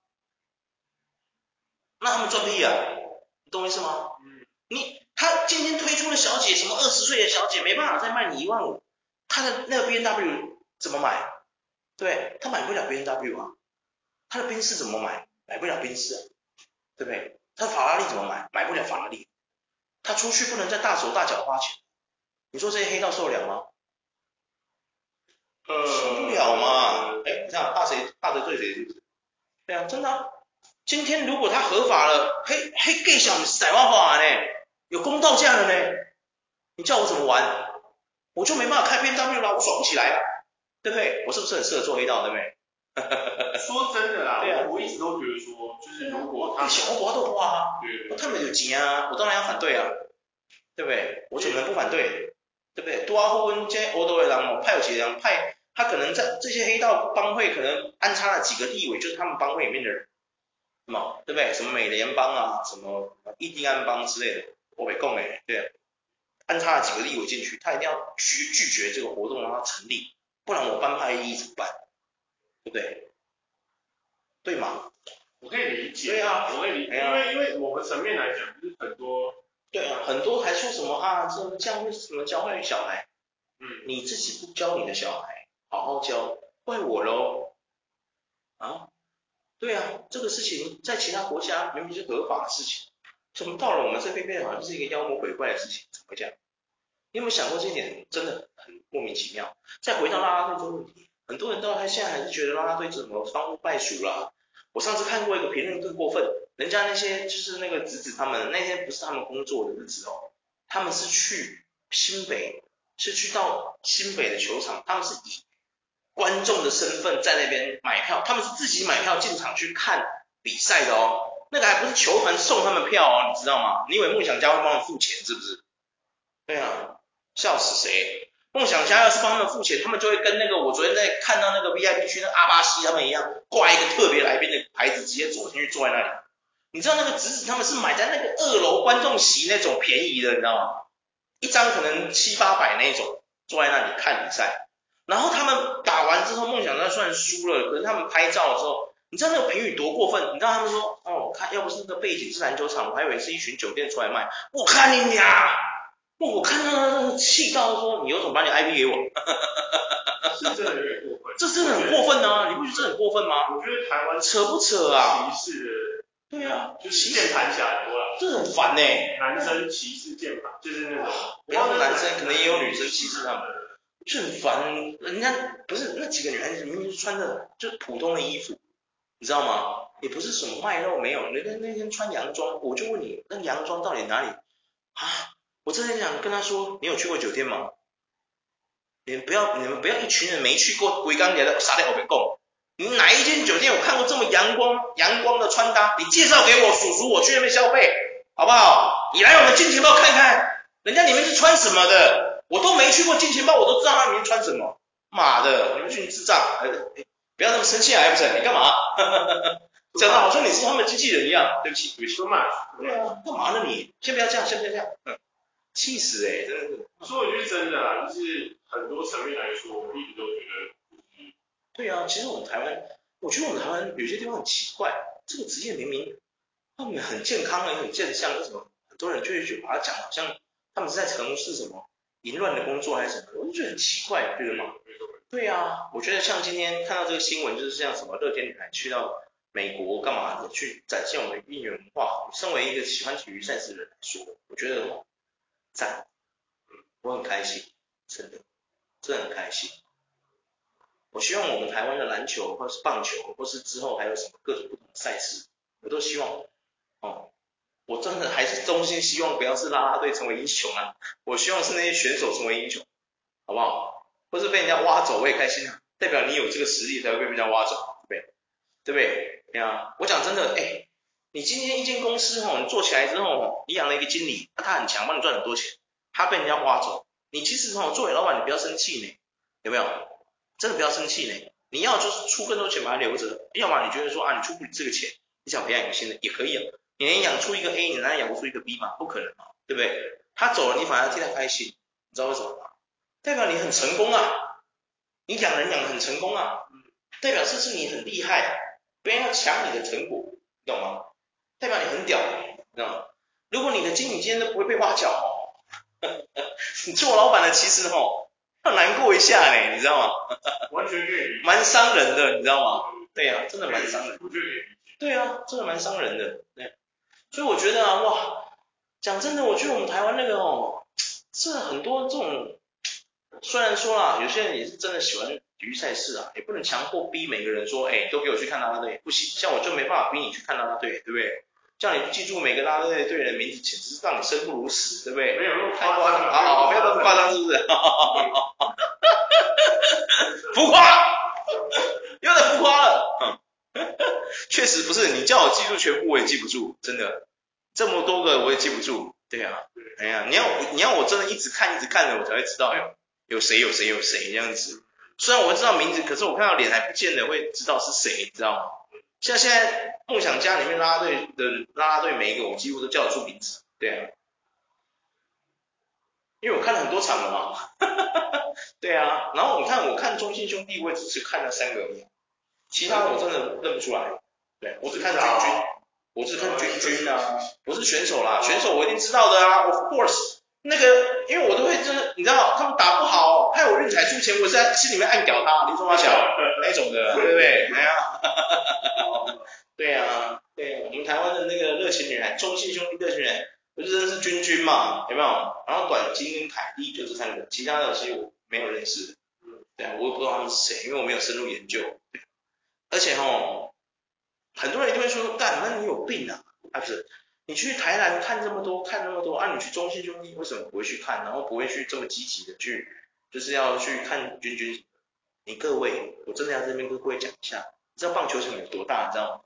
那他们赚屁啊，你懂我意思吗？嗯。你他今天推出的小姐，什么二十岁的小姐，没办法再卖你一万五，他的那个 B M W 怎么买？对，他买不了 B M W 啊，他的宾士怎么买？买不了宾士啊，对不对？ 他法拉利怎么买？买不了法拉利。他出去不能再大手大脚花钱，你说这些黑道受得了吗？ 呃， 受不了嘛！哎，你看怕谁怕得罪谁是不是？对啊，真的、啊。今天如果他合法了，嘿嘿，更想甩万法呢，有公道价了呢，你叫我怎么玩？我就没办法开 B M W 啦，我爽不起来了，对不对？我是不是很适合做黑道，对不对？ 说真的啦， 对啊， 我一直都觉得说，就是如果他们小花都花啊， 对， 他们有钱啊，我当然要反对啊，对不对？我怎么能不反对？对不对？多阿夫跟这些欧洲的人哦，派有些人派，他可能在这些黑道帮会可能安插了几个地委，就是他们帮会里面的人，嘛，对不对？什么美联帮啊，什么印第安帮之类的，我北共哎，对，安插了几个立委进去，他一定要拒拒绝这个活动让它成立，不然我班派意义怎么办？对不对？对吗？ 我可以理解， 对啊， 我可以理解， 啊、 因为因为某个层面来讲，就是很多， 对啊，很多还说什么啊，这这样会什么教坏小孩？ 嗯， 你自己不教你的小孩，好好教，怪我喽，啊？对啊，这个事情在其他国家明明是合法的事情，怎么到了我们这边变好像是一个妖魔鬼怪的事情？怎么会这样？你有没有想过这一点真的很莫名其妙？再回到啦啦队这个问题，很多人到他现在还是觉得啦啦队怎么帮败属啦。我上次看过一个评论更过分，人家那些就是那个子子他们那天不是他们工作的日子哦，他们是去新北，是去到新北的球场，他们是以观众的身份在那边买票，他们是自己买票进场去看比赛的哦，那个还不是球团送他们票哦，你知道吗？你以为梦想家会帮他们付钱是不是？对啊，笑死谁？梦想家要是帮他们付钱，他们就会跟那个我昨天在看到那个 V I P 区那阿巴西他们一样，挂一个特别来宾的牌子，直接走进去坐在那里。你知道那个侄子他们是买在那个二楼观众席那种便宜的，你知道吗？一张可能七八百那种，坐在那里看比赛。然后他们打完之后，梦想家虽然输了，可是他们拍照的时候，你知道那个评语多过分？你知道他们说，哦，看要不是那个背景是篮球场，我还以为是一群酒店出来卖。我看你俩。我看到那气到说，你有种把你 I P 给我， 是真的有点过分， 这真的很过分啊！你不觉得这很过分吗？ 我觉得台湾扯不扯啊？ 歧视的， 对啊， 就是键盘侠多了， 这很烦呢、欸。 男生歧视键盘，就是那种， 不要说男生，可能也有女生歧视他们，就很烦。人家不是那几个女孩子明明穿的就普通的衣服，你知道吗？也不是什么卖肉没有，人家那天穿洋装，我就问你，那洋装到底哪里啊？我真的想跟他说，你有去过酒店吗？你们不要，你们不要一群人没去过，鬼刚来的傻在后面讲。你哪一间酒店有看过这么阳光阳光的穿搭？你介绍给我，叔叔，我去那边消费，好不好？你来我们金钱豹看看，人家里面是穿什么的，我都没去过金钱豹，我都知道它里面穿什么。妈的，你们这群智障！哎哎，不要那么生气啊，还不是？你干嘛？讲的好像你是他们经纪人一样。对不起，对不起。对啊，干嘛呢你？先不要这样，先不要这样。嗯。气死哎、欸，真的是。 说一句真的啦，就是很多层面来说，我一直都觉得， 对啊，其实我们台湾，我觉得我们台湾有些地方很奇怪，这个职业明明他们很健康也很健相，为什么很多人就会去把它讲好像他们是在从事什么淫乱的工作还是什么？我就觉得很奇怪，对吗？对啊，我觉得像今天看到这个新闻，就是像什么乐天女孩去到美国干嘛的，去展现我们运动文化。身为一个喜欢体育赛事的人来说，我觉得赞。我很开心，真的，真的很开心。我希望我们台湾的篮球，或是棒球，或是之后还有什么各种不同的赛事，我都希望，哦，我真的还是衷心希望不要是啦啦队成为英雄啊，我希望是那些选手成为英雄，好不好？或是被人家挖走，我也开心啊，代表你有这个实力才会被人家挖走，对不对？对不对？对啊，我讲真的，哎，你今天一间公司哦，你做起来之后哦，你养了一个经理，他很强，帮你赚很多钱。他被人家挖走，你其实哦，作为老板，你不要生气呢，有没有？真的不要生气呢。你要就是出更多钱把它留着，要么你觉得说啊，你出不这个钱，你想培养一个新的也可以啊。你能养出一个 A，你难道养不出一个 B 吗？不可能嘛，对不对？他走了，你反而替他开心，你知道为什么吗？代表你很成功啊，你养人养得很成功啊，代表这是你很厉害，别人要抢你的成果，你懂吗？代表你很屌，你知道吗？如果你的经理今天都不会被挖角哦。你做老板的其实吼要难过一下呢，你知道吗？ 完全可以， 蛮伤人的，你知道吗？对啊，真的蛮伤人。 我觉得可以。 对啊，真的蛮伤人的。对， 所以我觉得啊，哇，讲真的，我觉得我们台湾那个哦，是很多这种，虽然说啦，有些人也是真的喜欢体育赛事啊，也不能强迫逼每个人说，哎，都给我去看啦啦队，不行，像我就没办法逼你去看啦啦队，对不对？叫你记住每个啦啦队队员的名字，简直是让你生不如死，对不对？ 没有那么太夸张了， 夸张， 好好，不要那么夸张，是不是？浮夸，有点浮夸了。确实不是，你叫我记住全部我也记不住，真的，这么多个我也记不住。对啊，哎呀，你要你要我真的一直看一直看的，我才会知道有有谁有谁有谁这样子。虽然我会知道名字，可是我看到脸还不见得会知道是谁，你知道吗？像现在梦想家里面啦啦队的啦啦队每一个我几乎都叫得出名字，对啊，因为我看了很多场了嘛。对啊，然后你看我看中信兄弟，我也只是看了三个而已，其他我真的认不出来。对，我只看军军，我只看军军啊，不是选手啦，选手我一定知道的啊 ，of course。那个，因为我都会就是你知道他们打不好，害我运彩输钱，我是在心里面暗屌他，林中华小那种的，对不对？哎呀，对啊，对，我们台湾的那个热情女孩，中信兄弟热情女孩，我就认识军军嘛，有没有？然后短金跟凯莉就这三个，其他的其实我没有认识。对啊，我也不知道他们是谁，因为我没有深入研究。而且哦，很多人一定会说，干，那你有病啊？啊不是，你去台南看这么多，看那么多，啊你去中信兄弟为什么不会去看？然后不会去这么积极的去，就是要去看军军？你各位，我真的要这边跟各位讲一下，你知道棒球场有多大，你知道吗？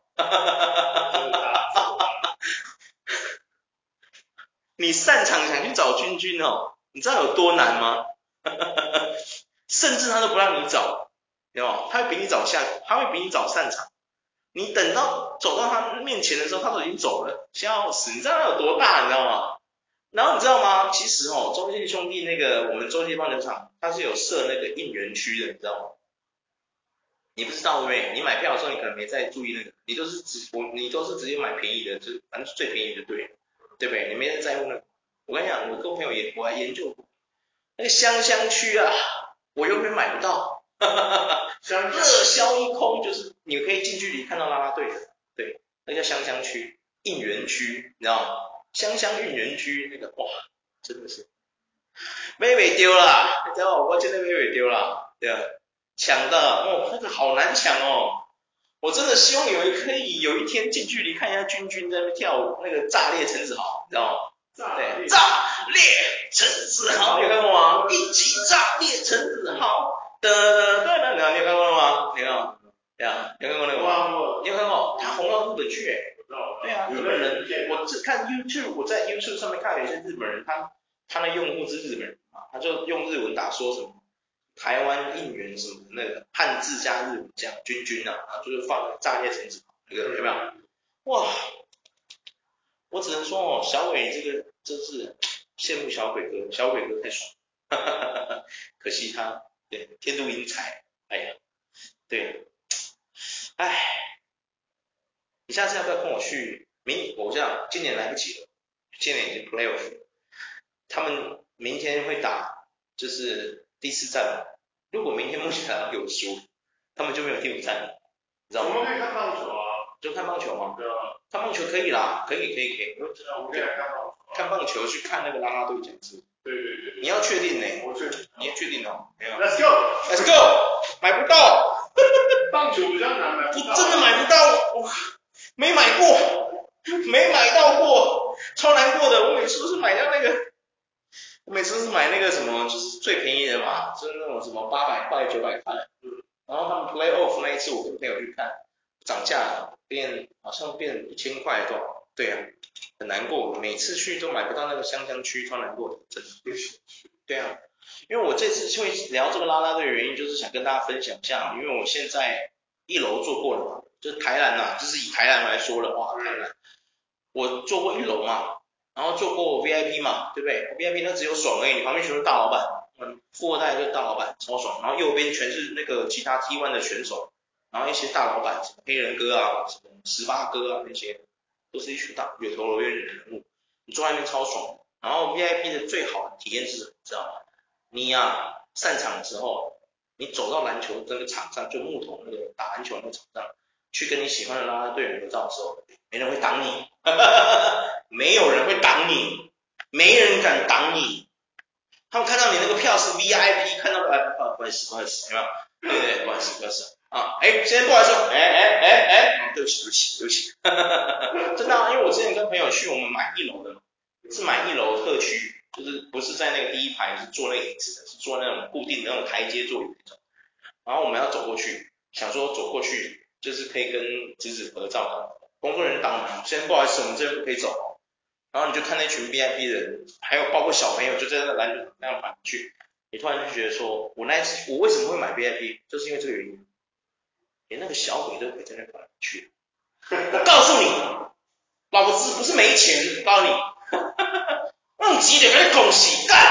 你擅长想去找军军哦，你知道有多难吗？甚至他都不让你找，对吧？他会比你早下，他会比你早散场。你等到走到他面前的时候，他都已经走了，笑死！你知道他有多大，你知道吗？然后你知道吗？其实哦，中信兄弟那个我们洲际棒球场，它是有设那个应援区的，你知道吗？你不知道对不对？你买票的时候你可能没在注意那个，你都是直我你都是直接买便宜的，就反正最便宜的就对了，对不对？你没人在乎那个。我跟你讲，我跟朋友也我还研究过那个香香区啊，我永远买不到。热销一空，就是你可以近距离看到啦啦队的，对，那叫香香区、应援区，你知道吗？香香应援区那个哇，真的是妹妹丢了，你知道吗？我真的妹妹丢了，对啊，抢的哦，那个好难抢哦，我真的希望有一可以有一天近距离看一下君君在那边跳舞，那个炸裂陈子豪，你知道吗？对，炸裂陈子豪，你有看过吗？一起炸裂陈子豪。的的的，你有看过了吗？你看过？对啊，你有看过那个吗？你有看过？他红到日本去，哎，对啊，日本人，我是看 YouTube， 我在 YouTube 上面看有一些日本人，他他的用户是日本人嘛，他就用日文打说什么台湾应援什么的那个汉字加日文这样君君啊，就是放炸裂成子那个有没有？哇，我只能说哦，小伟这个真是羡慕小鬼哥，小鬼哥太爽，可惜他。对，天妒英才，哎呀，对，哎，你下次要不要跟我去？明我这样，今年来不及了，今年已经 playoff 了，他们明天会打，就是第四战嘛。如果明天目前来给我输，他们就没有第五战了，你知道吗？ 我们可以看棒球啊， 就看棒球吗？ 对啊， 看棒球可以啦，可以可以可以， 我知道，我们可以来看棒球。 看棒球去看那个啦啦队讲师。 对对对， 你要确定呢、欸？ 我确定， 你要确定哦。没有 Let's go，Let's go， 买不到。 棒球比较难买不到， 真的买不到，哇，没买过，没买到过，超难过的。我每次都是买到那个，我每次都是买那个什么，就是最便宜的嘛，就是那种什么八百块、九百块。然后他们 play off 那一次，我跟朋友去看，涨价变好像变一千块多少？对啊，很难过，每次去都买不到那个香香区，超难过的，真的。对啊，因为我这次会聊这个啦啦队的原因，就是想跟大家分享一下，因为我现在一楼做过了嘛，就是台南呐、啊，就是以台南来说的话，台南我做过一楼嘛，然后做过 V I P 嘛，对不对 ？V I P 那只有爽而已，你旁边全是大老板，嗯，富二代就是大老板，超爽。然后右边全是那个其他 T 一 的选手，然后一些大老板，什么黑人哥啊，什么十八哥啊那些，都是一群大有头有脸的人物，你坐在那边超爽。然后 V I P 的最好的体验是什么？你知道吗？你呀、啊、散场的时候，你走到篮球这个场上，就木头那个打篮球那个场上，去跟你喜欢的啦啦队员合照的时候，没人会挡你， 没有人会挡你，没人敢挡你。他们看到你那个票是 V I P， 看到哎，不好意思，不好意思，有没有？对对，不好意思，不好意思啊，哎，先不好意思，哎哎哎哎，对不起，对不起，对不起，真的、啊，因为我之前跟朋友去，我们买一楼的，是买一楼特区，就是不是在那个第一排，是坐那个椅子的，是坐那种固定的那种台阶座椅那种。然后我们要走过去，想说走过去就是可以跟侄子合照的，工作人员挡我们，先不好意思，我们这边不可以走。然后你就看那群 V I P 的人，还有包括小朋友，就在那个篮球那样跑去，你突然就觉得说，我那一次我为什么会买 V I P，就是因为这个原因，连那个小鬼都可以在那跑去。我告诉你，老子不是没钱，我告诉你，那种急点跟你恭喜干，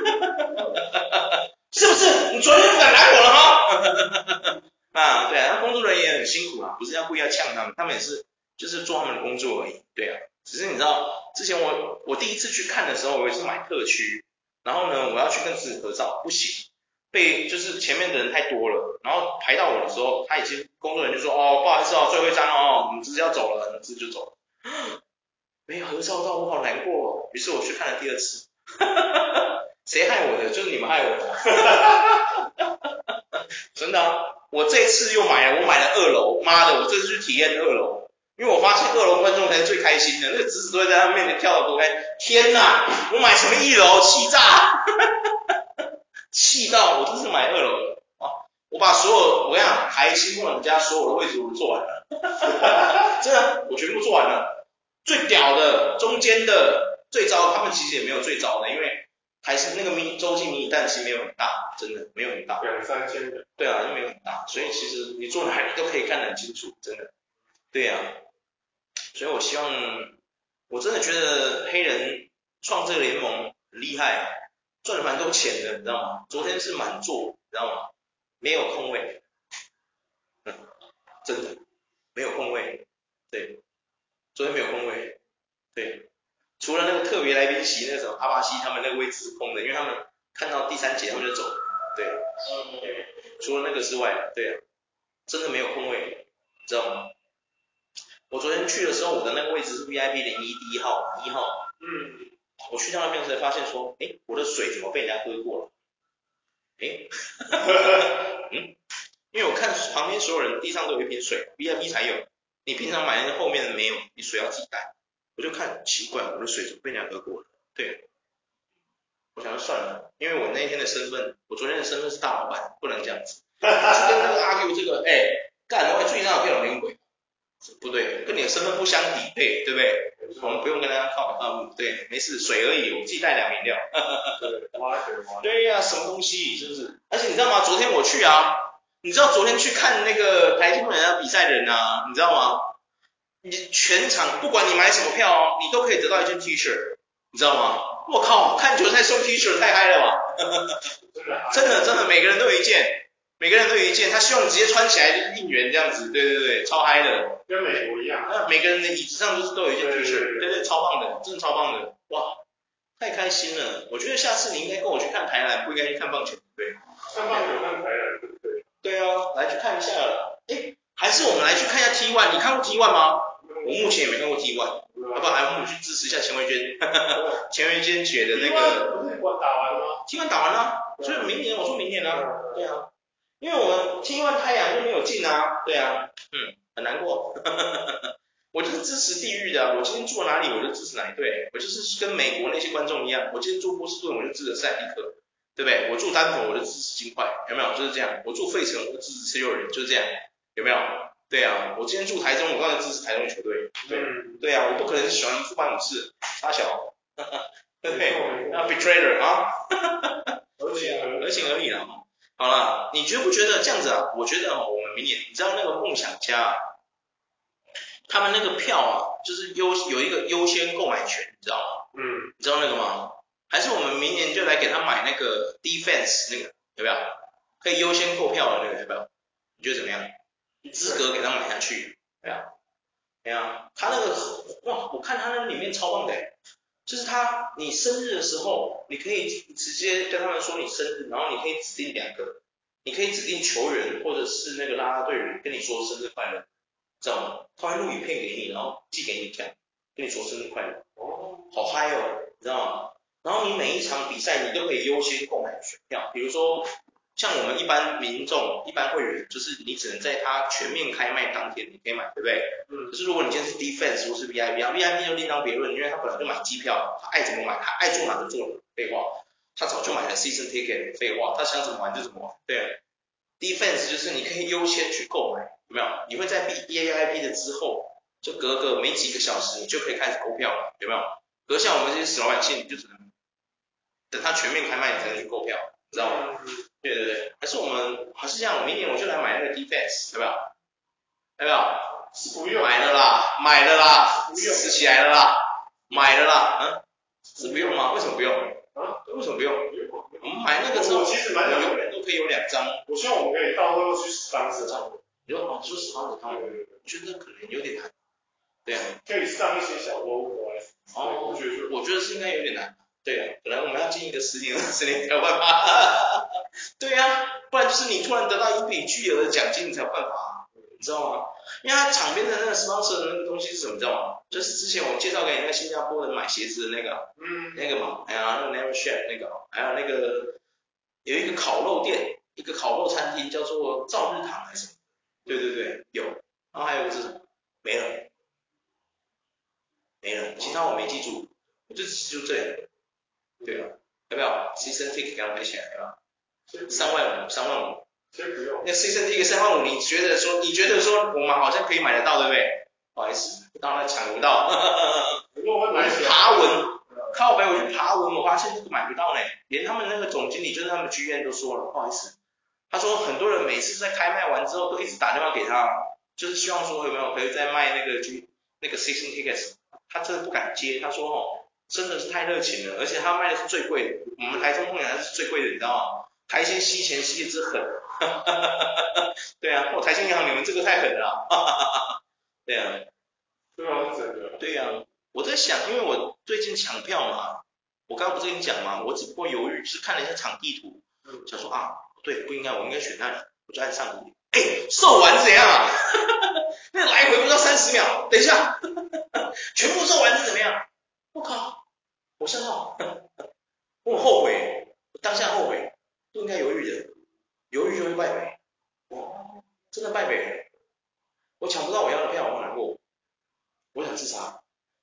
是不是？你昨天不敢拦我了吗？啊，对啊，那工作人员也很辛苦啊，不是要故意要呛他们，他们也是就是做他们的工作而已，对啊。只是你知道，之前我我第一次去看的时候，我也是买特区，然后呢，我要去跟侄子合照，不行，被就是前面的人太多了，然后排到我的时候，他已经工作人员就说，哦，不好意思哦，最后一张哦，我们侄子要走了，你侄子就走了，没有合照到，我好难过哦。于是我去看了第二次，谁害我的？就是你们害我的，真的、啊，我这次又买了，我买了二楼，妈的，我这次去体验二楼。因为我发现二楼观众才是最开心的，那个侄子都会在他面前跳得多开心。天哪，我买什么一楼，气炸，气到我这次买二楼了啊！我把所有我跟你讲，台新梦人家所有的位置我都做完了，真的，我全部做完了。最屌的、中间的、最糟的，他们其实也没有最糟的，因为台新那个迷洲际迷你蛋其实没有很大，真的没有很大， 两三千的。 对啊，就没有很大，所以其实你坐哪里都可以看得很清楚，真的。对啊。所以我希望，我真的觉得黑人创这个联盟很厉害，赚了蛮多钱的，你知道吗？昨天是满座，你知道吗？没有空位，嗯，真的没有空位，对，昨天没有空位，对，除了那个特别来宾席那个什么阿巴西他们那个位置是空的，因为他们看到第三节他们就走了，对，除了那个之外，对啊，真的没有空位，知道吗？我昨天去的时候，我的那个位置是 V I P 零一第一号，一号。嗯。我去到那边才发现说，哎，我的水怎么被人家喝过了？哎，嗯，因为我看旁边所有人地上都有一瓶水 ，V I P 才有，你平常买那后面的没有，你水要自己带。我就看奇怪，我的水怎么被人家喝过了？对，我想要算了，因为我那天的身份，我昨天的身份是大老板，不能这样子。去跟那个 argue 这个，哎，干，我最近有骗人鬼。不对，跟你的身份不相匹配，对不对？我们不用跟他靠，嗯，对，没事，水而已，我自己带两瓶料。对呀、啊，什么东西，是不是？而且你知道吗？昨天我去啊，你知道昨天去看那个台中人家比赛的人啊，你知道吗？你全场不管你买什么票哦，你都可以得到一件 T 恤，你知道吗？我靠，看球赛送 T 恤太嗨了吧！真的真的，每个人都有一件。每个人都有一件，他希望你直接穿起来就是应援这样子，对对对，超嗨的， 跟美国一样。 那每个人的椅子上都是都有一件 T 恤，对 对, 对, 对，超棒的，真的超棒的，哇，太开心了！我觉得下次你应该跟我去看台南，不应该去看棒球，对。 看棒球看台南，对不对？ 对啊，来去看一下了。哎，还是我们来去看一下 T 一，你看过 T 一吗？我目前也没看过 T 一，好不好？还我们去支持一下钱维娟，钱维娟姐的那个。 不是打完了吗 ？T 一打完了，所以明年我说明年啊，对啊。因为我们 T 一 太阳就没有进啊，对啊，嗯，很难过。我就是支持地狱的、啊，我今天住哪里我就支持哪一队，我就是跟美国那些观众一样，我今天住波士顿我就支持塞迪克，对不对？我住丹佛我就支持金块，有没有？就是这样。我住费城我就支持七六人，就是这样，有没有？对啊，我今天住台中我当然支持台中球队，对，对啊，我不可能喜欢富邦勇士，差小，对不对？那 betrayer 啊，合情合情合理了。好了，你觉不觉得这样子啊？我觉得哦，我们明年，你知道那个梦想家、啊，他们那个票啊，就是优有一个优先购买权，你知道吗？嗯，你知道那个吗？还是我们明年就来给他买那个 defense 那个，要不要？可以优先购票的那个，要不要？你觉得怎么样？资格给他买下去，对啊，对啊，他那个哇，我看他那个里面超棒的。就是他，你生日的时候，你可以直接跟他们说你生日，然后你可以指定两个，你可以指定球员或者是那个啦啦队员跟你说生日快乐，知道吗？他会录影片给你，然后寄给你看， 跟你说生日快乐，哦，好嗨哦，你知道吗？然后你每一场比赛你都可以优先购买选票，比如说像我们一般民众、一般会员，就是你只能在它全面开卖当天你可以买，对不对？嗯。可是如果你今天是 defense 或是 V I P 啊 ，V I P 就另当别论，因为他本来就买机票，他爱怎么买，他爱做哪就做哪，废话，他早就买了 season ticket， 废话，他想怎么玩就怎么玩，对啊。defense 就是你可以优先去购买，有没有？你会在 V I P 的之后，就隔个没几个小时，你就可以开始购票了，有没有？可是像我们这些死老百姓，你就只能等它全面开卖，你才能去购票，知道吗？对对对，还是我们还是这样，明年我就来买那个 defense， 要不要？要不要？ 是不用。 买了啦，买了啦，吃起来了啦，买了啦，嗯，是不用吗？为什么不用？啊？为什么不用？我们买那个之后， 我其实蛮想， 永远都可以有两张。 我希望我们可以到时候去上这张。 你说哦，说实话，我觉得可能有点难。对啊。 可以上一些小 logo 来。哦，我觉得我觉得是应该有点难。对啊，可能我们要进一个十年、二十年才有办法。对啊，不然就是你突然得到一笔巨额的奖金，你才有办法，你知道吗？因为他场边的那个 sponsor 的那个东西是什么，你知道吗？就是之前我介绍给你那个新加坡人买鞋子的那个，嗯，那个嘛，哎呀，那个 Never Share 那个，还有那个有一个烤肉店，一个烤肉餐厅叫做赵日堂还是什么？对对对，有。然后还有一个是什么？没了，没了，其他我没记住，我就就这两个。对啊，要不要 season ticket 给他买起来？要不要？三万五，三万五。 先不用。 那 season ticket 三万五，你觉得说，你觉得说我们好像可以买得到，对不对？不好意思，当然抢不到。我去爬文，靠北我去爬文，我发现这个买不到呢，连他们那个总经理，就是他们剧院都说了，不好意思，他说很多人每次在开卖完之后都一直打电话给他，就是希望说有没有可以再卖那个剧那个 season tickets， 他真的不敢接，他说哦。真的是太热情了，而且他卖的是最贵的，我们台中梦想是最贵的，你知道吗？台新吸钱吸的之狠，对啊，我台新银行你们这个太狠了，对啊， 对啊，是真的， 对啊，我在想，因为我最近抢票嘛，我刚刚不是跟你讲嘛，我只不过犹豫，是看了一下场地图，想说啊，对，不应该，我应该选那里，我就按上去，哎，售完怎样啊？那来回不到三十秒，等一下，全部售完是怎么样？我靠！我吓到，我很后悔，我当下后悔，不应该犹豫的，犹豫就会败北，我真的败北，我抢不到我要的票，我好难过，我想自杀，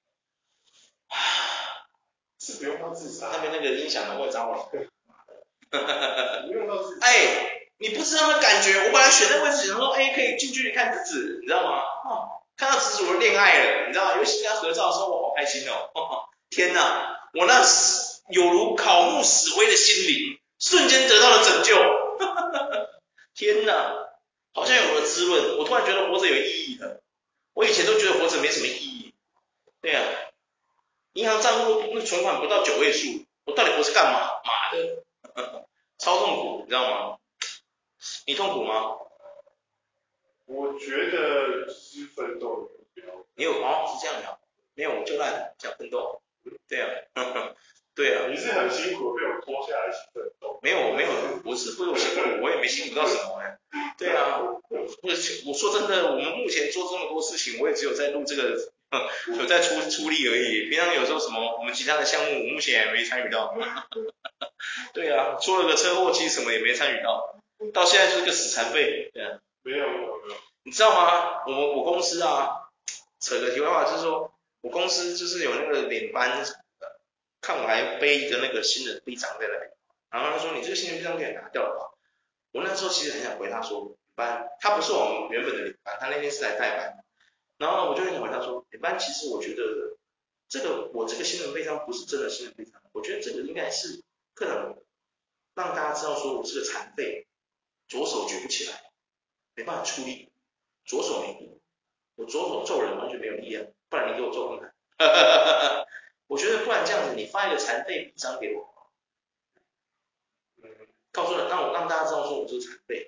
是不用到自杀， 那边那个音响能够找我， 不用到自杀， 哎，你不知道那感觉，我本来选那个位置想说，哎，可以近距离看侄子，你知道吗？哦，看到侄子我就恋爱了，你知道吗？尤其跟他合照的时候，我好开心哦，哦天哪！我那有如槁木死灰的心灵，瞬间得到了拯救。天哪，好像有了滋润。我突然觉得活着有意义了。我以前都觉得活着没什么意义。对啊，银行账户那存款不到九位数，我到底活着干嘛？妈的，超痛苦，你知道吗？你痛苦吗？ 我觉得是奋斗的目标。 你有哦，是这样的，没有我就烂讲奋斗。对啊，呵呵对啊。 你是很辛苦被我拖下来一起奋斗。 没有没有，我是不是我辛苦，我也没辛苦到什么哎、欸。对啊，我我说真的，我们目前做这么多事情，我也只有在录这个，有在出出力而已。平常有时候什么我们其他的项目，我目前也没参与到。对啊，出了个车祸，其实什么也没参与到，到现在就是个死残废。对啊， 没有没有没有。 你知道吗？我我公司啊，扯个题外话，就是说我公司就是有那个领班。看我还背一个那个新人徽章在那里，然后他说你这个新人徽章给拿掉了吧？我那时候其实很想回他说，领班他不是我们原本的领班，他那天是来代班，然后我就很想回他说，领班其实我觉得这个我这个新人徽章不是真的新人徽章，我觉得这个应该是课长让大家知道说我是个残废，左手举不起来，没办法出力，左手没力，我左手揍人完全没有力量，不然你给我揍看看。我觉得不然这样子，你发一个残废笔章给我，嗯，告诉人让我让大家知道说我是残废，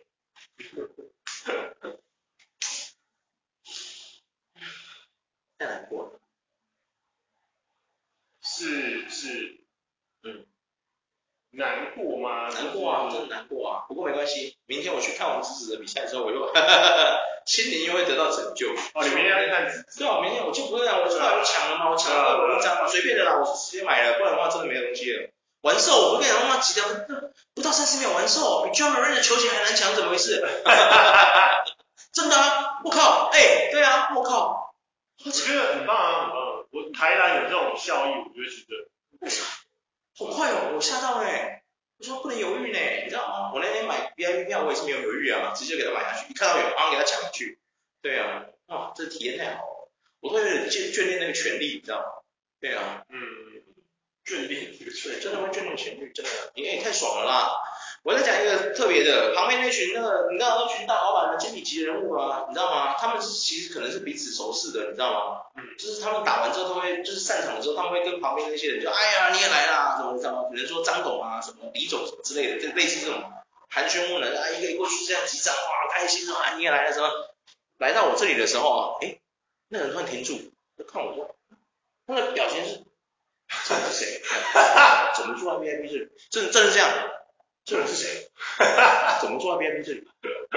太难过了。 是是， 嗯， 难过吗？ 难过啊，真的难过啊。不过没关系，明天我去看我侄子的比赛的时候，我又心灵又会得到拯救。 哦，你明天要去看？ 对啊，明天我就不会啊，我后来我抢了嘛，我抢了二楼一张嘛，随便的啦，我是直接买了，不然的话真的没有东西了。完售，我跟你讲，他妈几条不到三十秒完售，比 John Moran 的球鞋还难抢，怎么回事？真的啊，我靠，哎、欸，对啊，我靠， 我觉得很棒啊，很棒。我台南有这种效益，我觉得其实好快哦，我吓到哎，我说不能犹豫呢，你知道吗？我那天买 V I P 票，我也是没有犹豫啊，直接给他买下去，一看到有，马上给他抢下去。对啊，哇，这体验太好了，我都有点眷眷恋那个权利，你知道吗？对啊， 嗯，眷恋这个权利， 真的会眷恋权利，真的，你也太爽了啦！我再讲一个特别的，旁边那群那个，你知道那群大老板的经理级人物啊，你知道吗？他们是其实可能是彼此熟识的，你知道吗？嗯，就是他们打完之后都会，就是散场之后，他们会跟旁边那些人就，哎呀，你也来啦，什么你知道吗？可能说张董啊，什么李总什么之类的，就类似这种寒暄问暖，啊，一个一过去这样击掌，哇，开心啊，你也来了什么？来到我这里的时候啊，哎，那人突然停住，就看我说，他的表情是，这人是谁？怎么坐在 V I P 这里？真真是这样。这人是谁？怎么坐在 V I P 这里？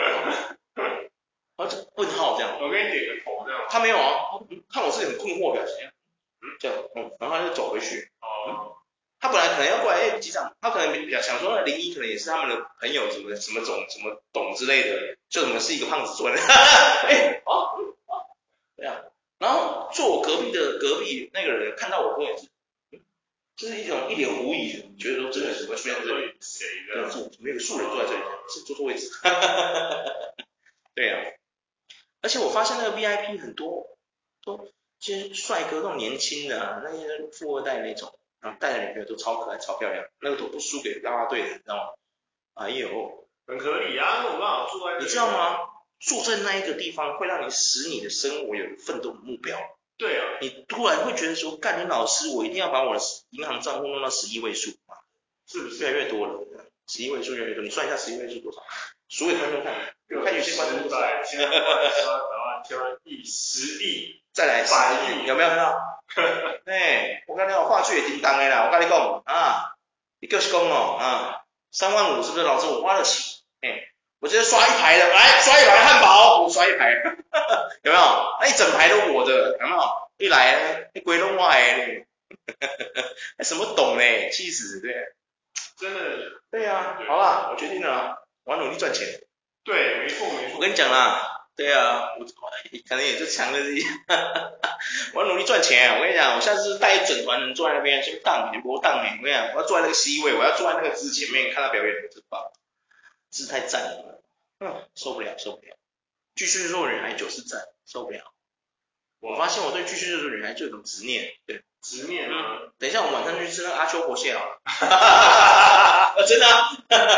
然后问号这样。 我给你点个头这样。 他没有啊，看我是很困惑的表情，嗯，这样，嗯，然后他就走回去。 哦。 他本来可能要过来，哎，机长，他可能比较想说，那林一可能也是他们的朋友，什么什么总什么董之类的，就怎么是一个胖子坐在那，哎，啊，对啊，然后坐我隔壁的隔壁那个人看到我后也是。就是一种一脸狐疑，觉得说这个怎么会出现在这里？ 谁的？ 对，怎么有个素人坐在这里？是坐错位置？对啊，而且我发现那个 V I P 很多都这些帅哥，那种年轻的啊，那些富二代那种，然后带的女朋友都超可爱、超漂亮，那个都不输给啦啦队的，你知道吗？哎呦， 很合理啊，我刚好住在， 你知道吗？住在那一个地方，会让你使你的生活有奋斗的目标。 对啊， 你突然会觉得说，干你老师，我一定要把我的银行账户弄到十一位数啊， 是不是？ 越来越多了，十一位数越来越多，你算一下十一位数多少？数给观众看，我看有些观众不知道。 百、千万、十万、百万、千万、亿、十亿， 再来百亿， 有没有看到？哎，我跟你讲，话剧也叮当的啦，我跟你讲啊，你就是讲哦啊，三万五是不是老师我花得起？哎，我直接刷一排的，来刷一排汉堡，我刷一排，有没有？那一整排都我的，有没有？一来那鬼弄我哎，什么懂嘞？气死，对。 真的。 对呀，好啦，我决定了，我要努力赚钱。 对，没错没错。 我跟你讲啦，对啊，我可能也就强了这一，我要努力赚钱。我跟你讲，我下次带一整团人坐在那边，先荡你不荡你。我跟你讲，我要坐在那个 C 位，我要坐在那个字前面看他表演，真棒，字太赞了，嗯，受不了受不了。继续做女孩九是赞，受不了。我发现我对继续做女孩就有种执念，对。 执念吗？ 嗯，等一下我们晚上去吃那个阿秋活蟹好了。啊，真的、啊。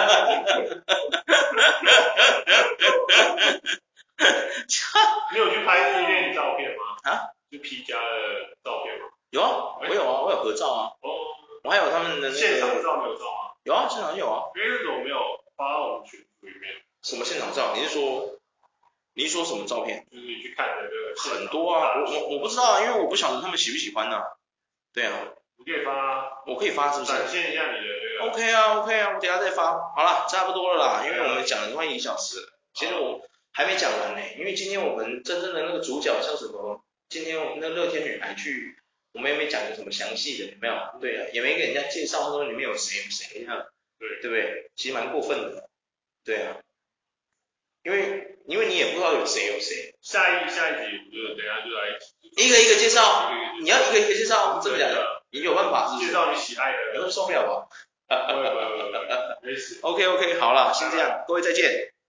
你有去拍纪念照片吗？ 啊？ 就 P 加的照片吗？ 有啊，我有啊，我有合照啊。哦。我还有他们的、那個、 现场照，你有照吗？ 有啊，现场有啊。 因为那种没有发到我们群组里面。 什么现场照？你是说？你是说什么照片？ 就是你去看的那个。 很多啊，我我我不知道啊，因为我不晓得他们喜不喜欢呢、啊。对啊。 你可以发啊。 我可以发是不是？ 展现一下你的那个。OK 啊 OK 啊，我等下再发。好了，差不多了啦，因为我们讲了快一个小时了。其实我还没讲完呢，因为今天我们真正的那个主角像什么？今天我们那乐天女孩去，我们也没讲什么详细的，有没有？对啊，也没给人家介绍说里面有谁有谁啊，对对不对？其实蛮过分的，对啊。因为因为你也不知道有谁有谁， 下一下一集我就等一下就来一个一个介绍，你要一个一个介绍，真的假的？你有办法是不是？ 介绍你喜爱的， 你会受不了吧？ 不会不会不会，没事。 OK OK， 好了，先这样，各位再见。